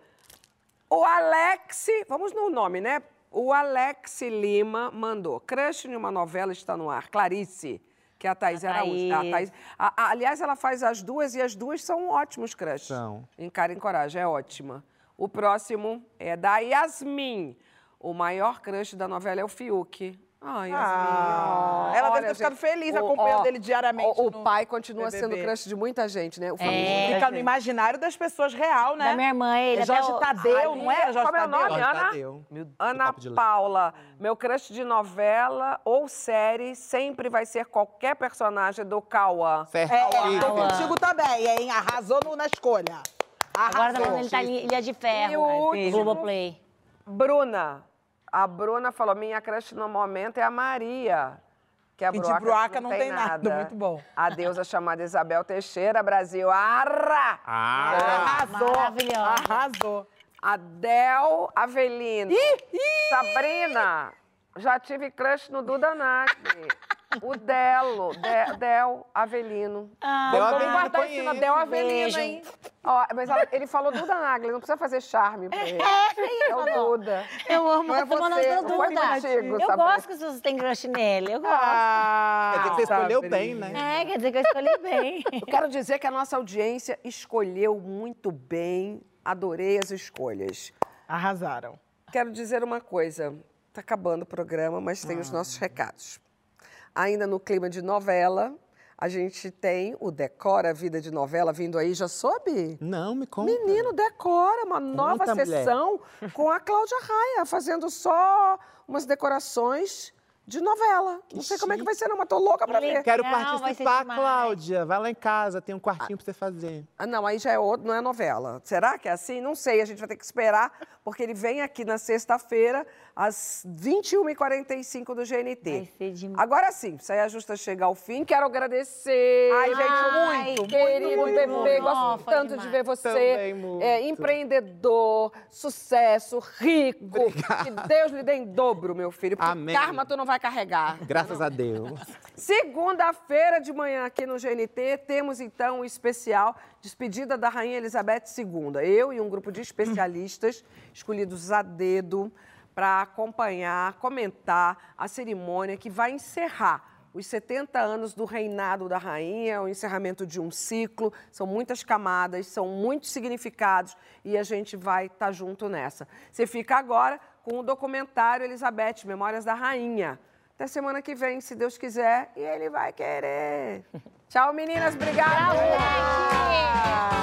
Speaker 4: o Alex, vamos no nome, né? O Alex Lima mandou. Crush em uma novela está no ar. Clarice, que é a Thaís Araújo. A Thaís, a, a, aliás, ela faz as duas e as duas são ótimos crushes. São. Em Cara em Coragem, é ótima. O próximo é da Yasmin. O maior crush da novela é o Fiuk. Ai, Yasmin.
Speaker 1: Ah, ela deve ter ficado feliz acompanhando ele diariamente.
Speaker 4: O, o
Speaker 1: no
Speaker 4: pai continua
Speaker 1: B B B.
Speaker 4: sendo crush de muita gente, né? O
Speaker 1: é, fica no imaginário das pessoas real, né?
Speaker 2: Da minha irmã, ele.
Speaker 1: É Jorge Tadeu, não era Jorge
Speaker 4: Tadeu? Qual é o nome, Ana?
Speaker 5: Tadeu.
Speaker 4: Ana Paula. Meu crush de novela ou série sempre vai ser qualquer personagem do Cauã.
Speaker 5: Certo.
Speaker 1: É, é, tô contigo também, hein? Arrasou no, na escolha. Arrasou.
Speaker 2: Agora tá falando ele tá em Ilha de Ferro.
Speaker 4: E o último,
Speaker 2: Globoplay.
Speaker 4: Bruna. A Bruna falou, minha crush no momento é a Maria. Que a
Speaker 1: E de
Speaker 4: Broaca
Speaker 1: Broaca
Speaker 4: não,
Speaker 1: não
Speaker 4: tem
Speaker 1: tem nada.
Speaker 4: nada.
Speaker 1: Muito bom.
Speaker 4: A deusa chamada Isabel Teixeira, Brasil. Arra!
Speaker 5: Ah,
Speaker 1: Arrasou.
Speaker 2: Maravilhosa.
Speaker 1: Arrasou.
Speaker 4: Adel Avelino. Ih, ih. Sabrina, já tive crush no Duda Nagli. O Delo, De, Del Avelino.
Speaker 2: Ah,
Speaker 5: Del
Speaker 1: Vamos
Speaker 5: Avelino,
Speaker 1: guardar isso na Del Avelino, hein?
Speaker 4: Ó, mas ela- ele falou Duda Nagli, não precisa fazer charme pra ele. É o Duda.
Speaker 2: Eu amo,
Speaker 4: Não é
Speaker 2: tô mandando
Speaker 4: você,
Speaker 2: pelo
Speaker 4: não foi
Speaker 2: Duda.
Speaker 4: contigo,
Speaker 2: Eu
Speaker 4: Sabrina.
Speaker 2: gosto que as pessoas têm crush nele, eu gosto.
Speaker 1: Ah,
Speaker 5: quer dizer que você escolheu
Speaker 1: Sabrina.
Speaker 5: bem, né?
Speaker 2: É, quer dizer que eu escolhi bem.
Speaker 4: Eu quero dizer que a nossa audiência escolheu muito bem, adorei as escolhas.
Speaker 1: Arrasaram.
Speaker 4: Quero dizer uma coisa, tá acabando o programa, mas tem os nossos recados. Ainda no clima de novela, a gente tem o Decora Vida de Novela vindo aí, já soube?
Speaker 5: Não, me conta.
Speaker 4: Menino, Decora, uma nova
Speaker 5: mulher.
Speaker 4: sessão com a Cláudia Raia, fazendo só umas decorações de novela. Não sei como é que vai ser, não, mas tô louca pra ver.
Speaker 5: Quero
Speaker 2: Não, vai ser
Speaker 5: participar,
Speaker 2: demais.
Speaker 5: Cláudia. Vai lá em casa, tem um quartinho pra você fazer.
Speaker 4: Ah, não, aí já é outro, não é novela. Será que é assim? Não sei, a gente vai ter que esperar, porque ele vem aqui na sexta-feira, às vinte e uma e quarenta e cinco do G N T.
Speaker 2: Vai ser demais.
Speaker 4: Agora sim, Saia Justa chega ao fim, quero agradecer.
Speaker 1: Ai, gente,
Speaker 2: Ai,
Speaker 1: muito,
Speaker 4: Querido
Speaker 1: muito, muito,
Speaker 4: bebê,
Speaker 1: muito.
Speaker 4: gosto
Speaker 2: Ó, foi
Speaker 4: tanto
Speaker 2: demais.
Speaker 4: de ver você.
Speaker 5: Também muito.
Speaker 4: É, empreendedor, sucesso, rico. Que Deus lhe dê em dobro, meu filho. Porque
Speaker 5: Amém.
Speaker 4: karma tu não vai carregar.
Speaker 5: Graças a Deus.
Speaker 4: Segunda-feira de manhã aqui no G N T, temos então o especial Despedida da Rainha Elizabeth segunda. Eu e um grupo de especialistas escolhidos a dedo para acompanhar, comentar a cerimônia que vai encerrar os setenta anos do reinado da rainha, o encerramento de um ciclo. São muitas camadas, são muitos significados e a gente vai estar junto nessa. Você fica agora com o documentário Elizabeth, Memórias da Rainha. Até semana que vem, se Deus quiser, e ele vai querer. Tchau, meninas. Obrigada.
Speaker 2: Tchau, gente.